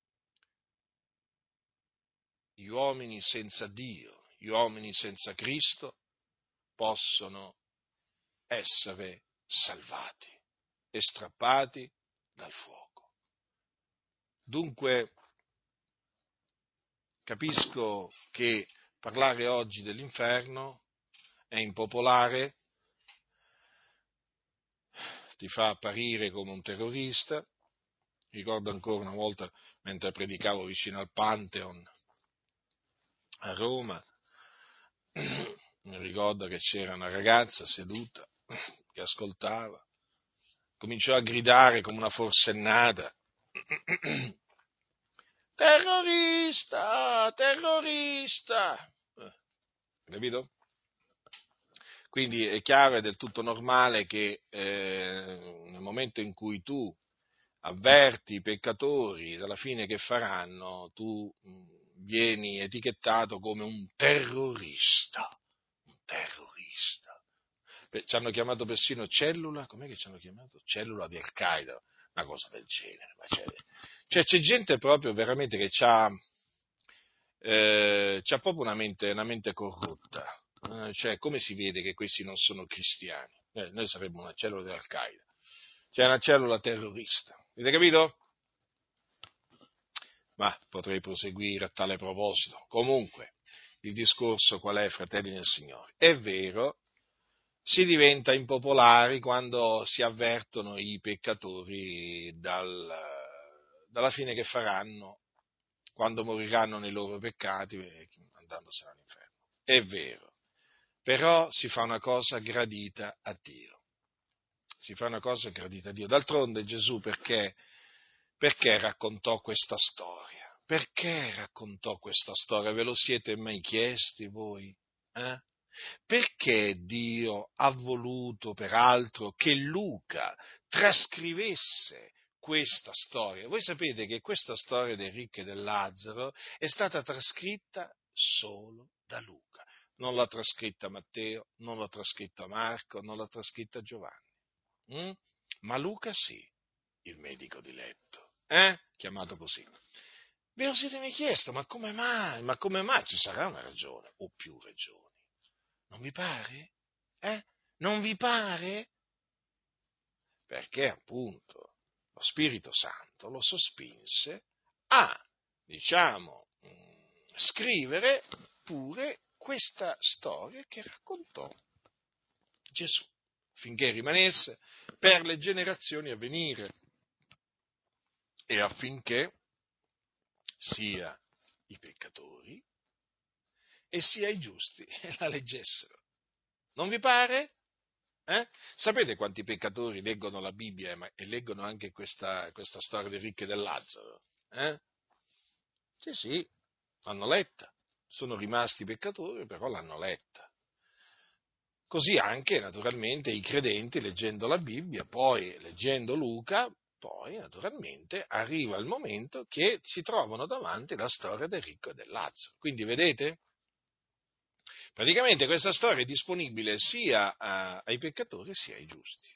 gli uomini senza Dio, gli uomini senza Cristo possono essere salvati e strappati dal fuoco. Dunque capisco che parlare oggi dell'inferno è impopolare, ti fa apparire come un terrorista. Ricordo ancora una volta, mentre predicavo vicino al Pantheon a Roma, mi ricordo che c'era una ragazza seduta che ascoltava, cominciò a gridare come una forsennata: terrorista, terrorista! Capito? Quindi è chiaro, è del tutto normale che nel momento in cui tu avverti i peccatori della fine che faranno, tu vieni etichettato come un terrorista. Un terrorista. Ci hanno chiamato persino cellula, com'è che ci hanno chiamato? Cellula di Al-Qaeda, una cosa del genere. Ma c'è gente proprio veramente che c'ha proprio una mente corrotta. Cioè, come si vede che questi non sono cristiani? Noi saremmo una cellula di Al-Qaeda. C'è una cellula terrorista. Avete capito? Ma potrei proseguire a tale proposito. Comunque, il discorso qual è, fratelli nel Signore? È vero, si diventa impopolari quando si avvertono i peccatori dalla fine che faranno, quando moriranno nei loro peccati, andandosene all'inferno. È vero, però si fa una cosa gradita a Dio. Si fa una cosa gradita a Dio. D'altronde Gesù perché raccontò questa storia? Perché raccontò questa storia? Ve lo siete mai chiesti voi? Perché Dio ha voluto, peraltro, che Luca trascrivesse questa storia? Voi sapete che questa storia del ricco e del Lazzaro è stata trascritta solo da Luca. Non l'ha trascritta Matteo, non l'ha trascritta Marco, non l'ha trascritta Giovanni. Ma Luca sì, il medico di letto, chiamato così. Ve lo siete mai chiesto, ma come mai? Ma come mai? Ci sarà una ragione, o più ragioni. Non vi pare? Non vi pare? Perché appunto lo Spirito Santo lo sospinse a, scrivere pure questa storia che raccontò Gesù, finché rimanesse per le generazioni a venire e affinché sia i peccatori e sia i giusti la leggessero. Non vi pare? Sapete quanti peccatori leggono la Bibbia e leggono anche questa storia del ricco e del Lazzaro? Sì, l'hanno letta. Sono rimasti peccatori, però l'hanno letta. Così anche, naturalmente, i credenti, leggendo la Bibbia, poi leggendo Luca, poi, naturalmente, arriva il momento che si trovano davanti la storia del ricco e del Lazzaro. Quindi, vedete? Praticamente questa storia è disponibile sia ai peccatori sia ai giusti.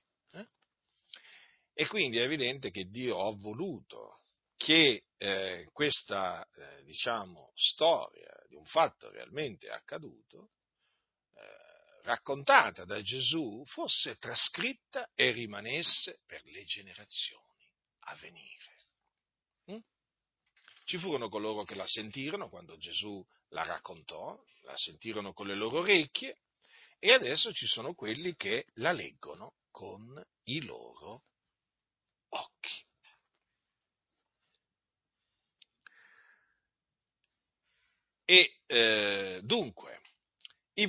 E quindi è evidente che Dio ha voluto che questa, storia di un fatto realmente accaduto, raccontata da Gesù, fosse trascritta e rimanesse per le generazioni a venire. Ci furono coloro che la sentirono quando Gesù la raccontò, la sentirono con le loro orecchie, e adesso ci sono quelli che la leggono con i loro occhi. E dunque, i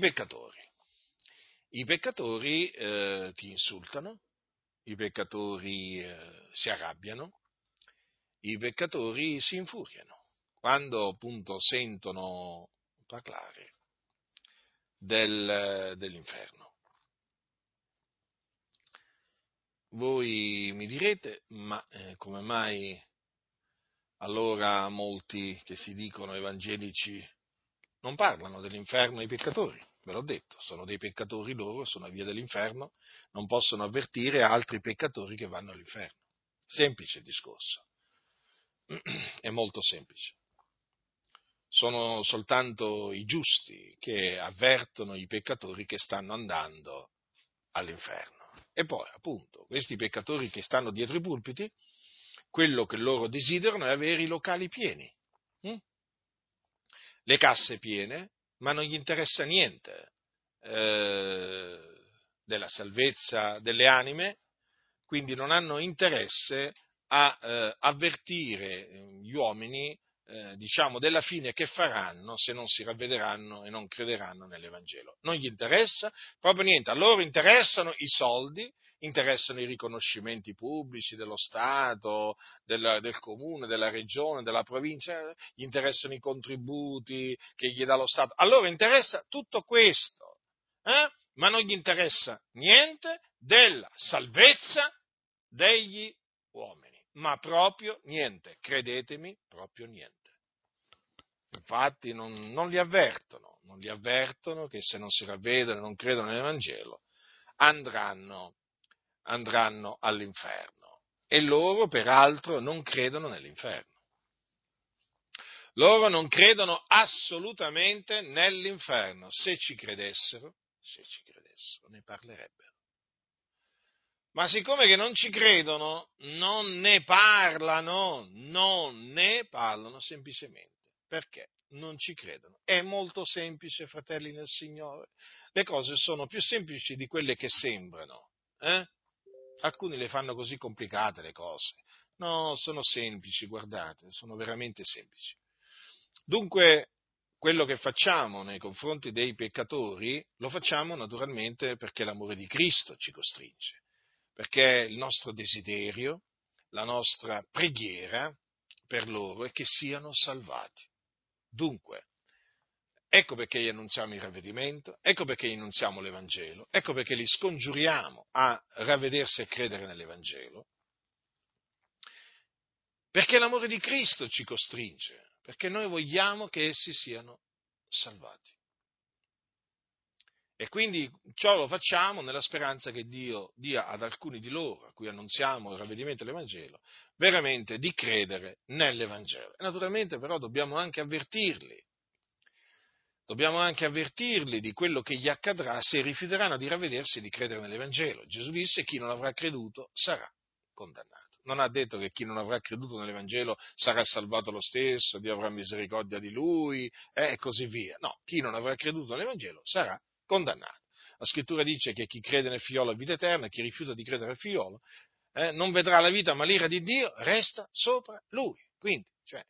peccatori ti insultano, i peccatori si arrabbiano, i peccatori si infuriano quando appunto sentono parlare dell'inferno. Voi mi direte, ma come mai allora molti che si dicono evangelici non parlano dell'inferno ai peccatori? Ve l'ho detto, sono dei peccatori loro, sono a via dell'inferno, non possono avvertire altri peccatori che vanno all'inferno. Semplice il discorso, è molto semplice. Sono soltanto i giusti che avvertono i peccatori che stanno andando all'inferno. E poi, appunto, questi peccatori che stanno dietro i pulpiti, quello che loro desiderano è avere i locali pieni, le casse piene, ma non gli interessa niente della salvezza delle anime, quindi non hanno interesse a avvertire gli uomini della fine che faranno se non si ravvederanno e non crederanno nell'Evangelo. Non gli interessa proprio niente, a loro interessano i soldi, interessano i riconoscimenti pubblici dello Stato, del comune, della regione, della provincia, gli interessano i contributi che gli dà lo Stato, a loro interessa tutto questo, ma non gli interessa niente della salvezza degli uomini. ma proprio niente, credetemi, proprio niente. Infatti non li avvertono che se non si ravvedono e non credono nell'Evangelo andranno all'inferno. E loro, peraltro, non credono nell'inferno. Loro non credono assolutamente nell'inferno. Se ci credessero, ne parlerebbero. Ma siccome che non ci credono, non ne parlano semplicemente. Perché? Non ci credono. È molto semplice, fratelli nel Signore. Le cose sono più semplici di quelle che sembrano. Alcuni le fanno così complicate le cose. No, sono semplici, guardate, sono veramente semplici. Dunque, quello che facciamo nei confronti dei peccatori, lo facciamo naturalmente perché l'amore di Cristo ci costringe, perché il nostro desiderio, la nostra preghiera per loro è che siano salvati. Dunque, ecco perché gli annunziamo il ravvedimento, ecco perché gli annunziamo l'Evangelo, ecco perché li scongiuriamo a ravvedersi e credere nell'Evangelo, perché l'amore di Cristo ci costringe, perché noi vogliamo che essi siano salvati. E quindi ciò lo facciamo nella speranza che Dio dia ad alcuni di loro, a cui annunziamo il ravvedimento dell'Evangelo, veramente di credere nell'Evangelo. E naturalmente però dobbiamo anche avvertirli di quello che gli accadrà se rifiuteranno di ravvedersi e di credere nell'Evangelo. Gesù disse: chi non avrà creduto sarà condannato. Non ha detto che chi non avrà creduto nell'Evangelo sarà salvato lo stesso, Dio avrà misericordia di lui e così via. No, chi non avrà creduto nell'Evangelo sarà condannato. La scrittura dice che chi crede nel figliolo ha vita eterna, chi rifiuta di credere nel figliolo non vedrà la vita, ma l'ira di Dio resta sopra lui. Quindi,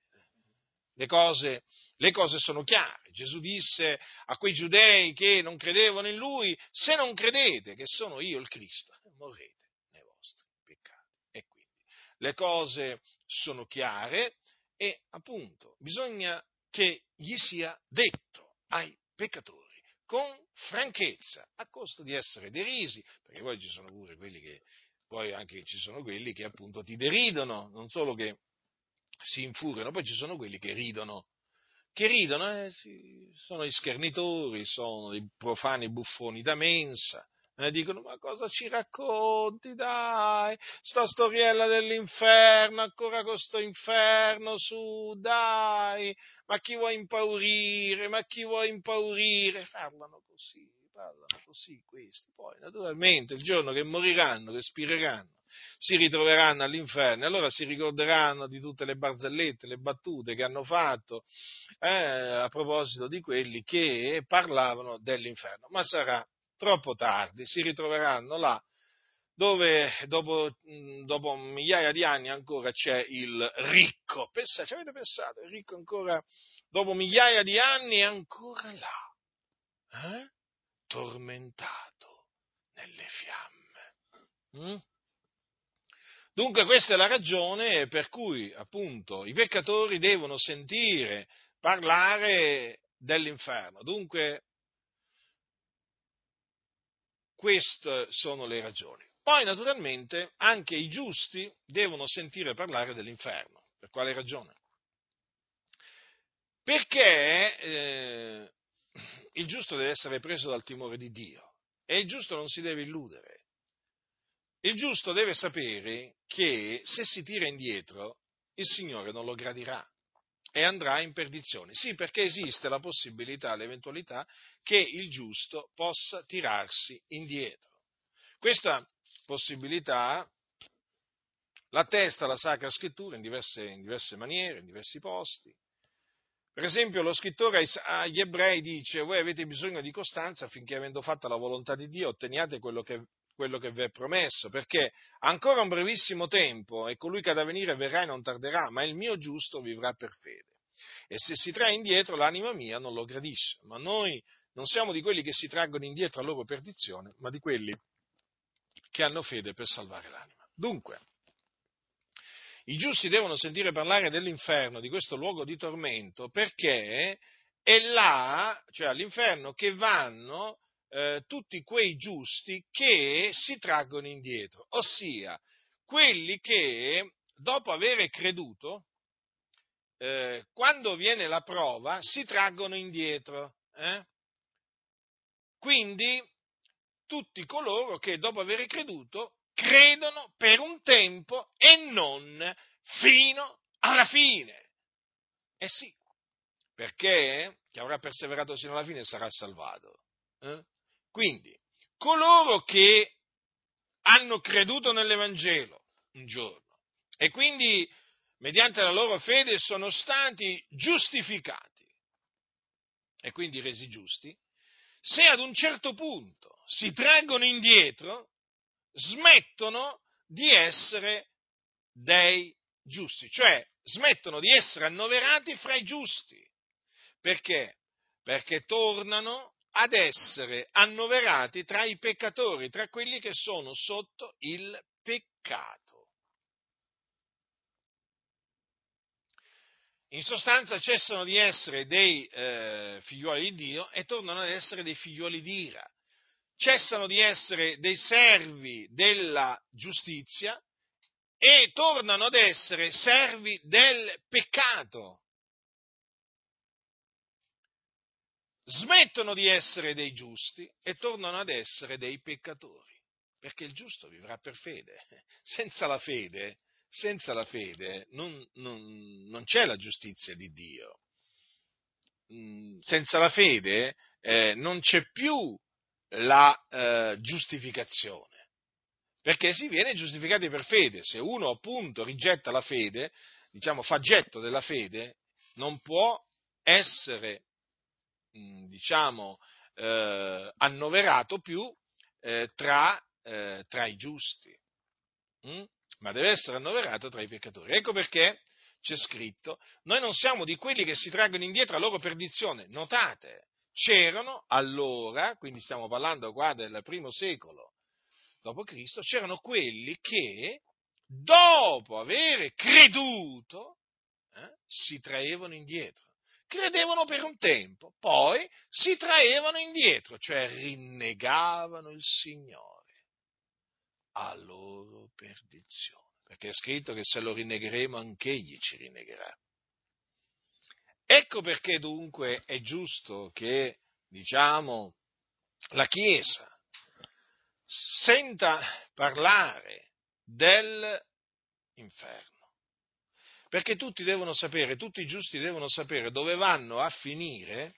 le cose sono chiare. Gesù disse a quei giudei che non credevano in lui: se non credete che sono io il Cristo, morrete nei vostri peccati. E quindi le cose sono chiare e appunto bisogna che gli sia detto ai peccatori con franchezza, a costo di essere derisi, perché poi ci sono pure quelli che poi anche ci sono quelli che appunto ti deridono, non solo che si infuriano, poi ci sono quelli che ridono, sono gli schernitori, sono i profani buffoni da mensa, dicono: ma cosa ci racconti, dai, sta storiella dell'inferno, ancora con sto inferno, su, dai, ma chi vuoi impaurire, parlano così questi, poi naturalmente il giorno che moriranno, che spireranno, si ritroveranno all'inferno e allora si ricorderanno di tutte le barzellette, le battute che hanno fatto a proposito di quelli che parlavano dell'inferno. Ma sarà troppo tardi, si ritroveranno là dove dopo migliaia di anni ancora c'è il ricco. Ci avete pensato? Il ricco ancora, dopo migliaia di anni, è ancora là, tormentato nelle fiamme. Dunque questa è la ragione per cui appunto i peccatori devono sentire parlare dell'inferno. Dunque queste sono le ragioni. Poi naturalmente anche i giusti devono sentire parlare dell'inferno. Per quale ragione? Perché il giusto deve essere preso dal timore di Dio e il giusto non si deve illudere. Il giusto deve sapere che se si tira indietro il Signore non lo gradirà e andrà in perdizione. Sì, perché esiste la possibilità, l'eventualità che il giusto possa tirarsi indietro. Questa possibilità l'attesta la Sacra Scrittura in diverse maniere, in diversi posti. Per esempio, lo scrittore agli Ebrei dice: voi avete bisogno di costanza affinché, avendo fatta la volontà di Dio, otteniate quello che vi è promesso, perché ancora un brevissimo tempo e colui che ha da venire verrà e non tarderà, ma il mio giusto vivrà per fede. E se si trae indietro, l'anima mia non lo gradisce. Ma noi non siamo di quelli che si traggono indietro a loro perdizione, ma di quelli che hanno fede per salvare l'anima. Dunque, i giusti devono sentire parlare dell'inferno, di questo luogo di tormento, perché è là, cioè all'inferno, che vanno tutti quei giusti che si traggono indietro, ossia quelli che dopo aver creduto, quando viene la prova, si traggono indietro. Quindi tutti coloro che dopo aver creduto credono per un tempo e non fino alla fine. Sì, perché chi avrà perseverato sino alla fine sarà salvato. Quindi, coloro che hanno creduto nell'Evangelo un giorno e quindi mediante la loro fede sono stati giustificati e quindi resi giusti, se ad un certo punto si traggono indietro, smettono di essere dei giusti, cioè smettono di essere annoverati fra i giusti. Perché? Perché tornano ad essere annoverati tra i peccatori, tra quelli che sono sotto il peccato. In sostanza cessano di essere dei figliuoli di Dio e tornano ad essere dei figliuoli di ira. Cessano di essere dei servi della giustizia e tornano ad essere servi del peccato. Smettono di essere dei giusti e tornano ad essere dei peccatori, perché il giusto vivrà per fede. Senza la fede non c'è la giustizia di Dio. Senza la fede non c'è più la giustificazione, perché si viene giustificati per fede. Se uno appunto rigetta la fede, fa getto della fede, non può essere annoverato più tra i giusti, ma deve essere annoverato tra i peccatori. Ecco perché c'è scritto: noi non siamo di quelli che si traggono indietro a loro perdizione. Notate, c'erano allora, quindi stiamo parlando qua del primo secolo dopo Cristo, c'erano quelli che dopo avere creduto si traevano indietro. Credevano per un tempo, poi si traevano indietro, cioè rinnegavano il Signore a loro perdizione, perché è scritto che se lo rinnegheremo anch'Egli ci rinnegherà. Ecco perché dunque è giusto che, la Chiesa senta parlare dell'inferno. Perché tutti devono sapere, tutti i giusti devono sapere dove vanno a finire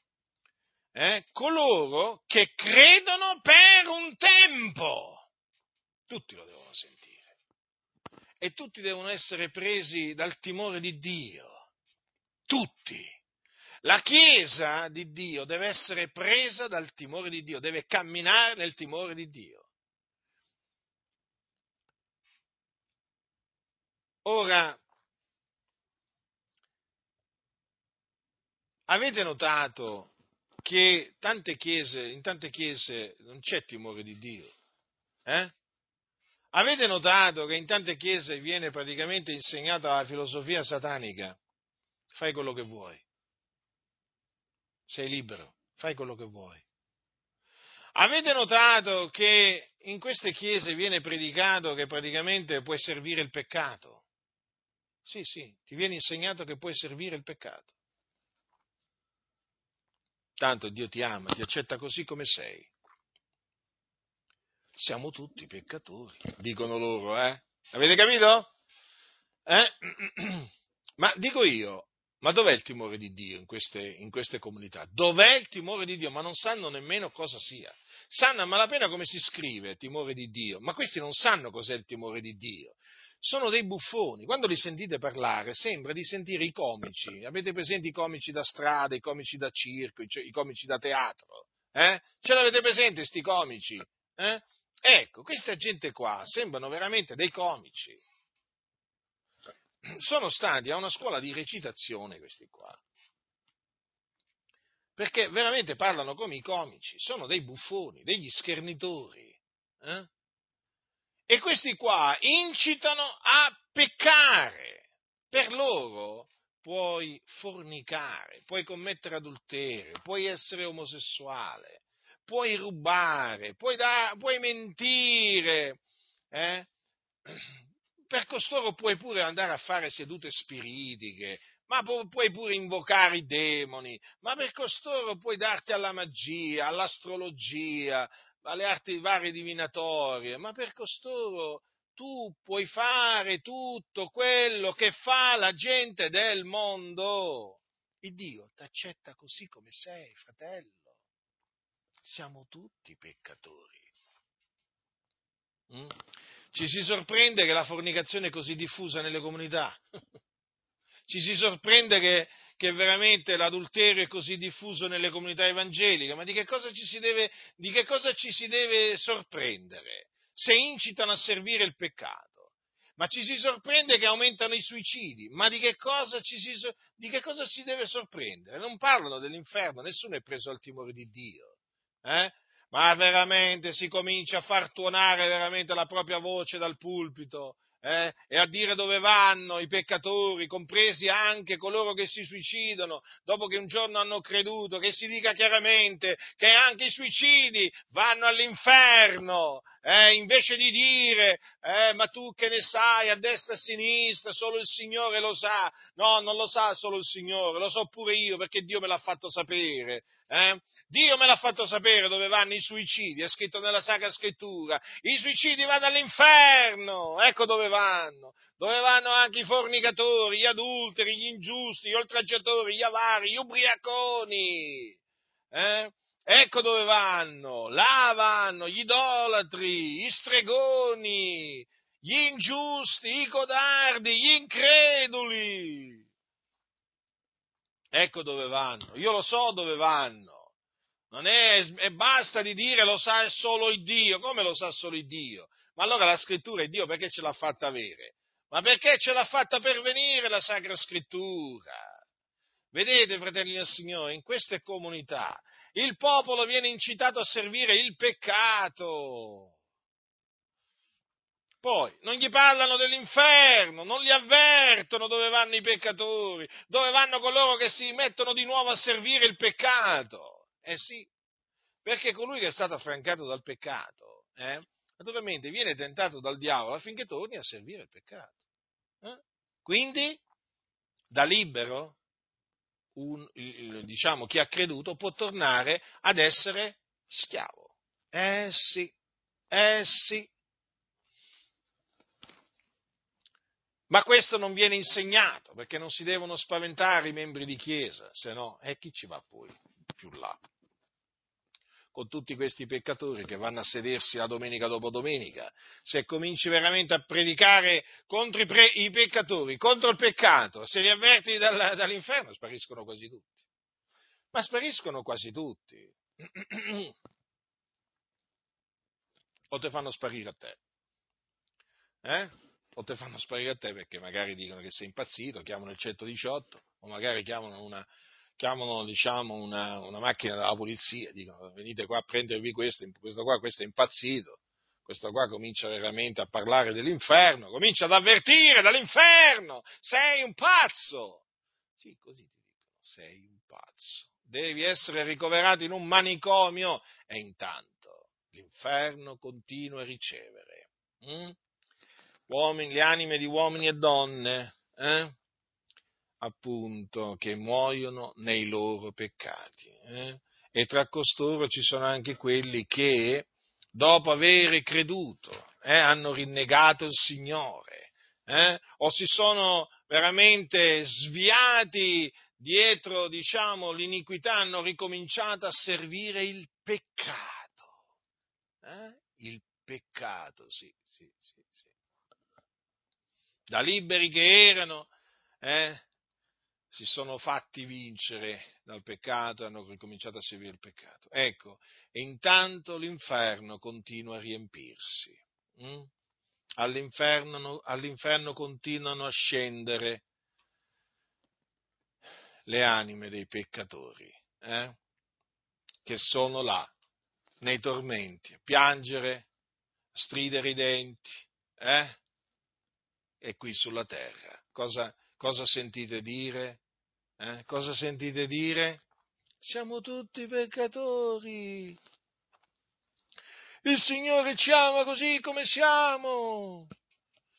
coloro che credono per un tempo. Tutti lo devono sentire. E tutti devono essere presi dal timore di Dio. Tutti. La Chiesa di Dio deve essere presa dal timore di Dio, deve camminare nel timore di Dio. Ora, avete notato che in tante chiese non c'è timore di Dio? Avete notato che in tante chiese viene praticamente insegnata la filosofia satanica? Fai quello che vuoi, sei libero, fai quello che vuoi. Avete notato che in queste chiese viene predicato che praticamente puoi servire il peccato? Sì, ti viene insegnato che puoi servire il peccato. Tanto Dio ti ama, ti accetta così come sei. Siamo tutti peccatori, dicono loro, Avete capito? Ma dico io, ma dov'è il timore di Dio in queste comunità? Dov'è il timore di Dio? Ma non sanno nemmeno cosa sia. Sanno a malapena come si scrive timore di Dio, ma questi non sanno cos'è il timore di Dio. Sono dei buffoni. Quando li sentite parlare sembra di sentire i comici. Avete presente i comici da strada, i comici da circo, i comici da teatro? Ce l'avete presente sti comici? Ecco, questa gente qua sembrano veramente dei comici. Sono stati a una scuola di recitazione questi qua, perché veramente parlano come i comici, sono dei buffoni, degli schernitori. E questi qua incitano a peccare. Per loro puoi fornicare, puoi commettere adulterio, puoi essere omosessuale, puoi rubare, puoi mentire, per costoro puoi pure andare a fare sedute spiritiche, ma puoi pure invocare i demoni, ma per costoro puoi darti alla magia, all'astrologia, alle arti varie divinatorie, ma per costoro tu puoi fare tutto quello che fa la gente del mondo. Il Dio ti accetta così come sei, fratello. Siamo tutti peccatori. Mm? Ci si sorprende che la fornicazione è così diffusa nelle comunità. Ci si sorprende che veramente l'adulterio è così diffuso nelle comunità evangeliche, ma di che cosa ci si deve sorprendere? Se incitano a servire il peccato. Ma ci si sorprende che aumentano i suicidi, ma di che cosa ci deve sorprendere? Non parlano dell'inferno, nessuno è preso al timore di Dio. Ma veramente si comincia a far tuonare veramente la propria voce dal pulpito, e a dire dove vanno i peccatori, compresi anche coloro che si suicidano, dopo che un giorno hanno creduto, che si dica chiaramente che anche i suicidi vanno all'inferno, invece di dire, ma tu che ne sai, a destra e a sinistra, solo il Signore lo sa. No, non lo sa solo il Signore, lo so pure io, perché Dio me l'ha fatto sapere. Dio me l'ha fatto sapere dove vanno i suicidi, è scritto nella Sacra Scrittura. I suicidi vanno all'inferno, ecco dove vanno anche i fornicatori, gli adulteri, gli ingiusti, gli oltraggiatori, gli avari, gli ubriaconi. Ecco dove vanno, là vanno gli idolatri, gli stregoni, gli ingiusti, i codardi, gli increduli. Ecco dove vanno, io lo so dove vanno. Non è, e basta di dire lo sa solo il Dio. Come lo sa solo il Dio? Ma allora la scrittura è Dio perché ce l'ha fatta avere? Ma perché ce l'ha fatta pervenire la Sacra Scrittura? Vedete, fratelli del Signore, in queste comunità il popolo viene incitato a servire il peccato. Poi non gli parlano dell'inferno, non li avvertono dove vanno i peccatori, dove vanno coloro che si mettono di nuovo a servire il peccato. Sì, perché colui che è stato affrancato dal peccato, naturalmente viene tentato dal diavolo affinché torni a servire il peccato. Quindi, da libero, diciamo, chi ha creduto può tornare ad essere schiavo. Sì, sì. Ma questo non viene insegnato, perché non si devono spaventare i membri di chiesa, se no, chi ci va poi più là? Con tutti questi peccatori che vanno a sedersi la domenica dopo domenica, se cominci veramente a predicare contro i peccatori, contro il peccato, se li avverti dall'inferno, spariscono quasi tutti. Ma spariscono quasi tutti. O te fanno sparire a te. O te fanno sparire a te perché magari dicono che sei impazzito, chiamano il 118, o magari chiamano diciamo, una macchina della polizia, dicono venite qua a prendervi questo è impazzito, questo qua comincia veramente a parlare dell'inferno, comincia ad avvertire dall'inferno, sei un pazzo! Sì, così ti dicono, sei un pazzo, devi essere ricoverato in un manicomio, e intanto l'inferno continua a ricevere. Le anime di uomini e donne, appunto, che muoiono nei loro peccati. E tra costoro ci sono anche quelli che, dopo aver creduto, hanno rinnegato il Signore, o si sono veramente sviati dietro, diciamo, l'iniquità, hanno ricominciato a servire il peccato. Il peccato, sì. Da liberi che erano, si sono fatti vincere dal peccato e hanno ricominciato a seguire il peccato. Ecco, e intanto l'inferno continua a riempirsi. All'inferno continuano a scendere le anime dei peccatori, che sono là, nei tormenti, a piangere, a stridere i denti, e qui sulla terra. Cosa sentite dire? Cosa sentite dire? Siamo tutti peccatori. Il Signore ci ama così come siamo.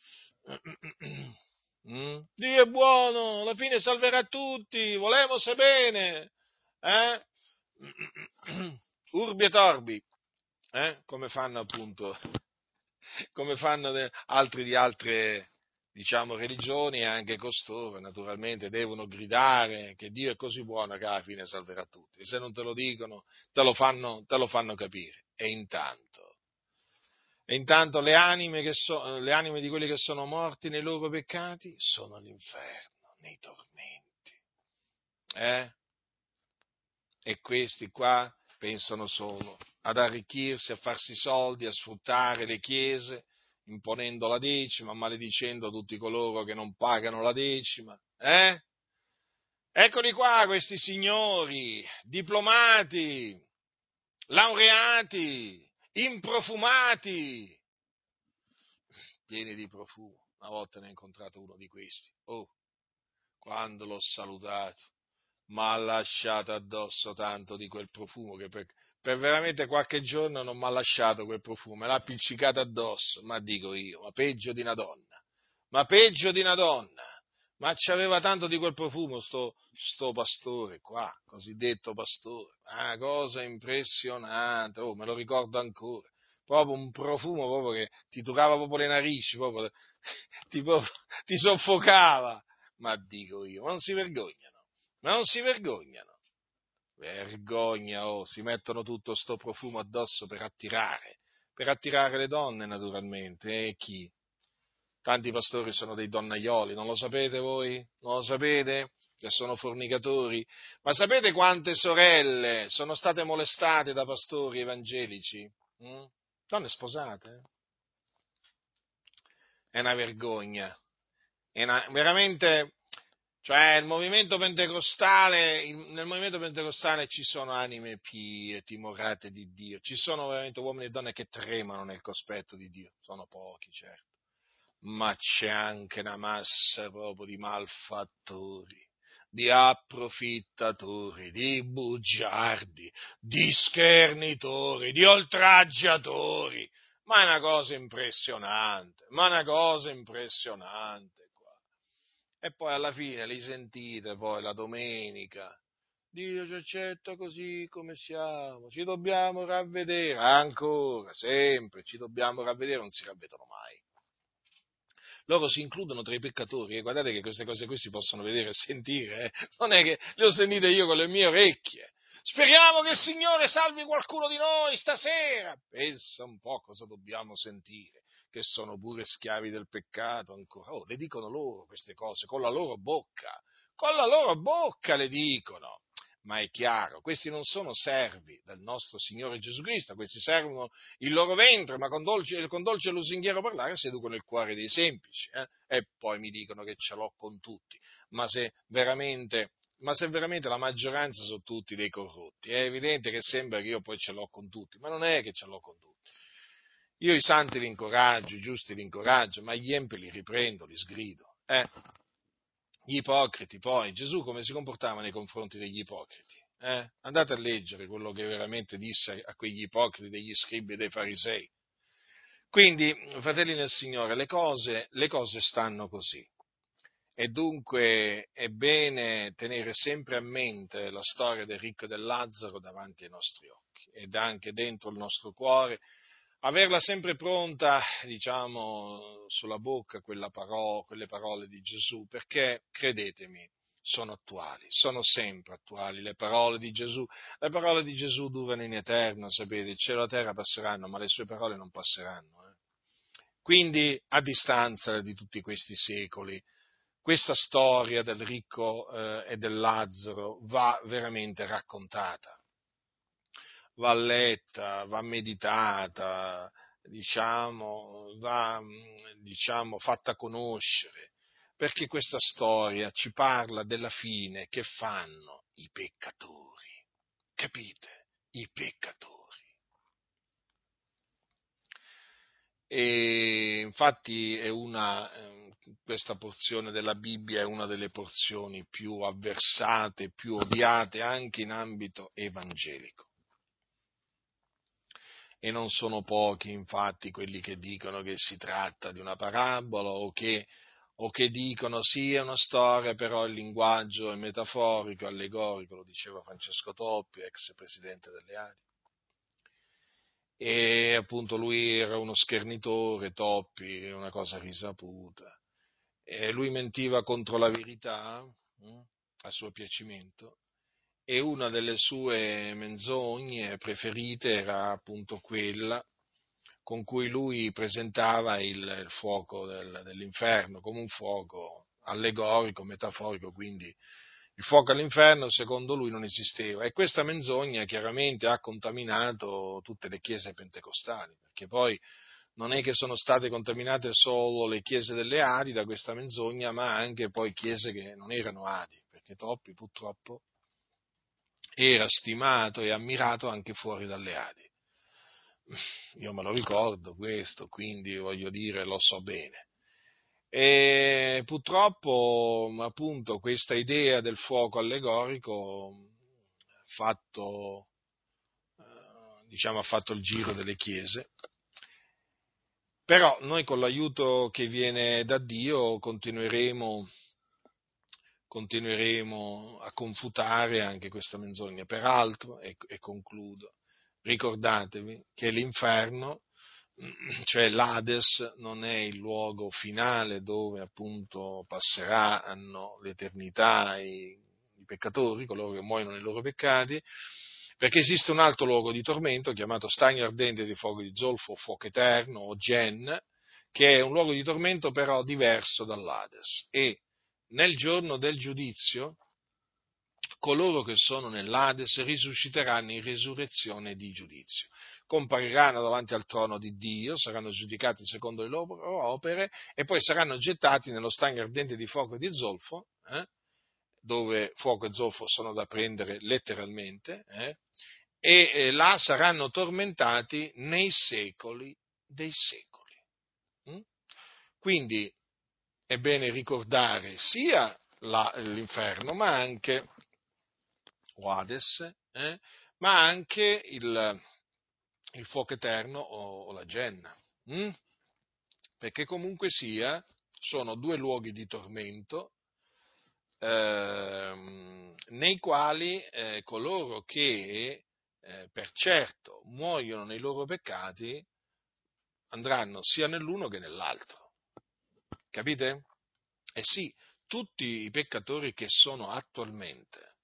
Dio è buono, alla fine salverà tutti, volemo bene, eh? Urbi e torbi, come fanno appunto, come fanno altri di altre, diciamo, religioni, e anche costoro, naturalmente, devono gridare che Dio è così buono che alla fine salverà tutti. E se non te lo dicono, te lo fanno capire. E intanto le anime di quelli che sono morti nei loro peccati sono all'inferno, nei tormenti. Eh? E questi qua pensano solo ad arricchirsi, a farsi soldi, a sfruttare le chiese, imponendo la decima, maledicendo tutti coloro che non pagano la decima. Eccoli qua questi signori, diplomati, laureati, improfumati, pieni di profumo. Una volta ne ho incontrato uno di questi. Oh, quando l'ho salutato, m'ha lasciato addosso tanto di quel profumo che per veramente qualche giorno non mi ha lasciato quel profumo, me l'ha appiccicato addosso, ma dico io, ma peggio di una donna, ma c'aveva tanto di quel profumo sto pastore qua, cosiddetto pastore, una cosa impressionante, oh, me lo ricordo ancora, proprio un profumo proprio che ti toccava proprio le narici, proprio, proprio, ti soffocava, ma dico io, ma non si vergognano, ma non si vergognano. Vergogna, oh, si mettono tutto sto profumo addosso per attirare le donne naturalmente, e chi? Tanti pastori sono dei donnaioli, non lo sapete voi? Non lo sapete? Che sono fornicatori? Ma sapete quante sorelle sono state molestate da pastori evangelici? Mm? Donne sposate? È una vergogna, veramente, cioè nel movimento pentecostale ci sono anime pie, timorate di Dio, ci sono veramente uomini e donne che tremano nel cospetto di Dio, sono pochi, certo, ma c'è anche una massa proprio di malfattori, di approfittatori, di bugiardi, di schernitori, di oltraggiatori, ma è una cosa impressionante, qua. E poi alla fine li sentite poi la domenica. Dio ci accetta così come siamo, ci dobbiamo ravvedere, ancora, sempre, ci dobbiamo ravvedere, non si ravvedono mai. Loro si includono tra i peccatori, e guardate che queste cose qui si possono vedere e sentire, non è che le ho sentite io con le mie orecchie. Speriamo che il Signore salvi qualcuno di noi stasera. Pensa un po' cosa dobbiamo sentire, che sono pure schiavi del peccato ancora. Oh, le dicono loro queste cose, con la loro bocca le dicono. Ma è chiaro, questi non sono servi del nostro Signore Gesù Cristo, questi servono il loro ventre, ma con dolce e lusinghiero parlare seducono il cuore dei semplici, e poi mi dicono che ce l'ho con tutti, ma se veramente la maggioranza sono tutti dei corrotti, è evidente che sembra che io poi ce l'ho con tutti, ma non è che ce l'ho con tutti. Io i santi li incoraggio, i giusti li incoraggio, ma gli empi li riprendo, li sgrido. Gli ipocriti, poi, Gesù come si comportava nei confronti degli ipocriti? Andate a leggere quello che veramente disse a quegli ipocriti degli scribi e dei farisei. Quindi, fratelli nel Signore, le cose stanno così. E dunque è bene tenere sempre a mente la storia del ricco e del Lazzaro davanti ai nostri occhi ed anche dentro il nostro cuore, averla sempre pronta, diciamo, sulla bocca quelle parole di Gesù, perché, credetemi, sono attuali, sono sempre attuali le parole di Gesù. Le parole di Gesù durano in eterno, sapete, il cielo e la terra passeranno, ma le sue parole non passeranno. Quindi, a distanza di tutti questi secoli, questa storia del ricco e del Lazzaro va veramente raccontata, va letta, va meditata, diciamo, fatta conoscere, perché questa storia ci parla della fine che fanno i peccatori, capite? I peccatori. E infatti questa porzione della Bibbia è una delle porzioni più avversate, più odiate anche in ambito evangelico. e non sono pochi, infatti, quelli che dicono che si tratta di una parabola o che dicono sì, è una storia, però il linguaggio è metaforico, allegorico, lo diceva Francesco Toppi, ex presidente delle ADI. E appunto lui era uno schernitore, Toppi, una cosa risaputa. E lui mentiva contro la verità, a suo piacimento, e una delle sue menzogne preferite era appunto quella con cui lui presentava il fuoco dell'inferno come un fuoco allegorico, metaforico, quindi il fuoco all'inferno secondo lui non esisteva, e questa menzogna chiaramente ha contaminato tutte le chiese pentecostali, perché poi non è che sono state contaminate solo le chiese delle Adi da questa menzogna, ma anche poi chiese che non erano Adi, perché Toppi purtroppo era stimato e ammirato anche fuori dalle Adi. Io me lo ricordo questo, quindi voglio dire, lo so bene. E purtroppo, appunto, questa idea del fuoco allegorico fatto, ha fatto il giro delle chiese, però noi con l'aiuto che viene da Dio continueremo a confutare anche questa menzogna. Peraltro, e concludo, ricordatevi che l'inferno, cioè l'Ades, non è il luogo finale dove appunto passeranno l'eternità i peccatori, coloro che muoiono nei loro peccati, perché esiste un altro luogo di tormento chiamato stagno ardente di fuoco di zolfo, fuoco eterno o Gen, che è un luogo di tormento però diverso dall'Ades, e nel giorno del giudizio coloro che sono nell'Ades risusciteranno in risurrezione di giudizio, compariranno davanti al trono di Dio, saranno giudicati secondo le loro opere e poi saranno gettati nello stagno ardente di fuoco e di zolfo, dove fuoco e zolfo sono da prendere letteralmente, là saranno tormentati nei secoli dei secoli. Quindi è bene ricordare sia l'inferno, ma anche o Hades, ma anche il fuoco eterno o la Genna. Perché comunque sia, sono due luoghi di tormento nei quali coloro che per certo muoiono nei loro peccati andranno sia nell'uno che nell'altro. Capite? Eh sì, tutti i peccatori che sono attualmente,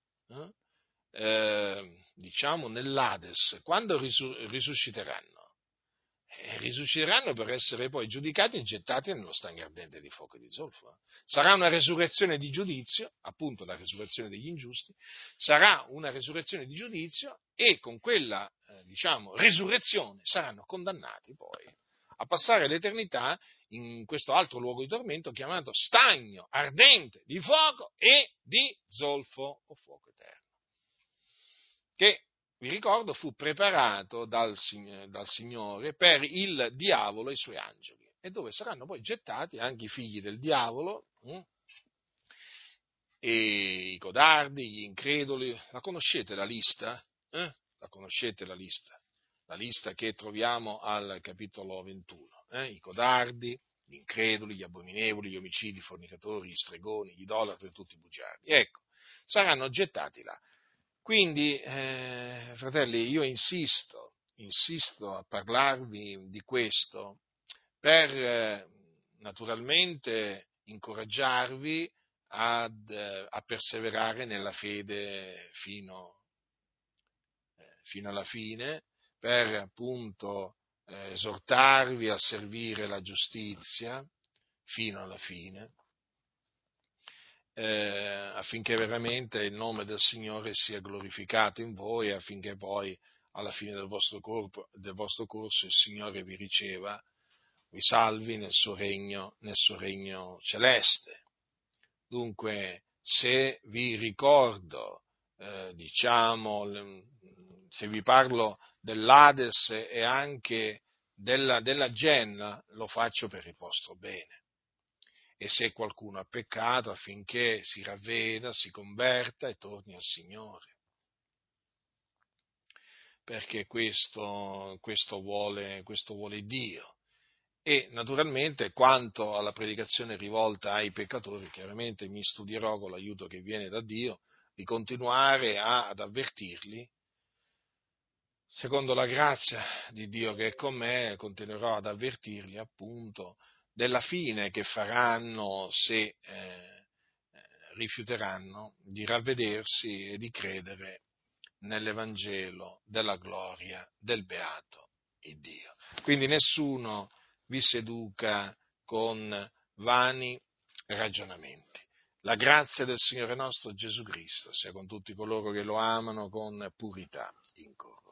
nell'Ades, quando risusciteranno? Risusciteranno per essere poi giudicati e gettati nello stagno ardente di fuoco e di zolfo. Sarà una resurrezione di giudizio, appunto la resurrezione degli ingiusti, sarà una resurrezione di giudizio, e con quella, resurrezione saranno condannati poi a passare l'eternità in questo altro luogo di tormento chiamato stagno ardente di fuoco e di zolfo o fuoco eterno, che, vi ricordo, fu preparato dal Signore per il diavolo e i suoi angeli, e dove saranno poi gettati anche i figli del diavolo, e i codardi, gli increduli. La conoscete la lista? La conoscete la lista? La lista che troviamo al capitolo 21. I codardi, gli increduli, gli abominevoli, gli omicidi, i fornicatori, gli stregoni, gli idolatri e tutti i bugiardi. Ecco, saranno gettati là. Quindi, fratelli, io insisto a parlarvi di questo per naturalmente incoraggiarvi a perseverare nella fede fino alla fine, per appunto esortarvi a servire la giustizia fino alla fine, affinché veramente il nome del Signore sia glorificato in voi, affinché poi alla fine del vostro corso il Signore vi riceva, vi salvi nel suo regno celeste. Dunque, se vi ricordo, se vi parlo dell'Ades e anche della Genna, lo faccio per il vostro bene. E se qualcuno ha peccato, affinché si ravveda, si converta e torni al Signore. perché questo vuole Dio. E naturalmente quanto alla predicazione rivolta ai peccatori, chiaramente mi studierò con l'aiuto che viene da Dio di continuare ad avvertirli. Secondo la grazia di Dio che è con me, continuerò ad avvertirli appunto della fine che faranno se rifiuteranno di ravvedersi e di credere nell'Evangelo della gloria del beato Dio. Quindi nessuno vi seduca con vani ragionamenti. La grazia del Signore nostro Gesù Cristo sia con tutti coloro che lo amano con purità incorrotta.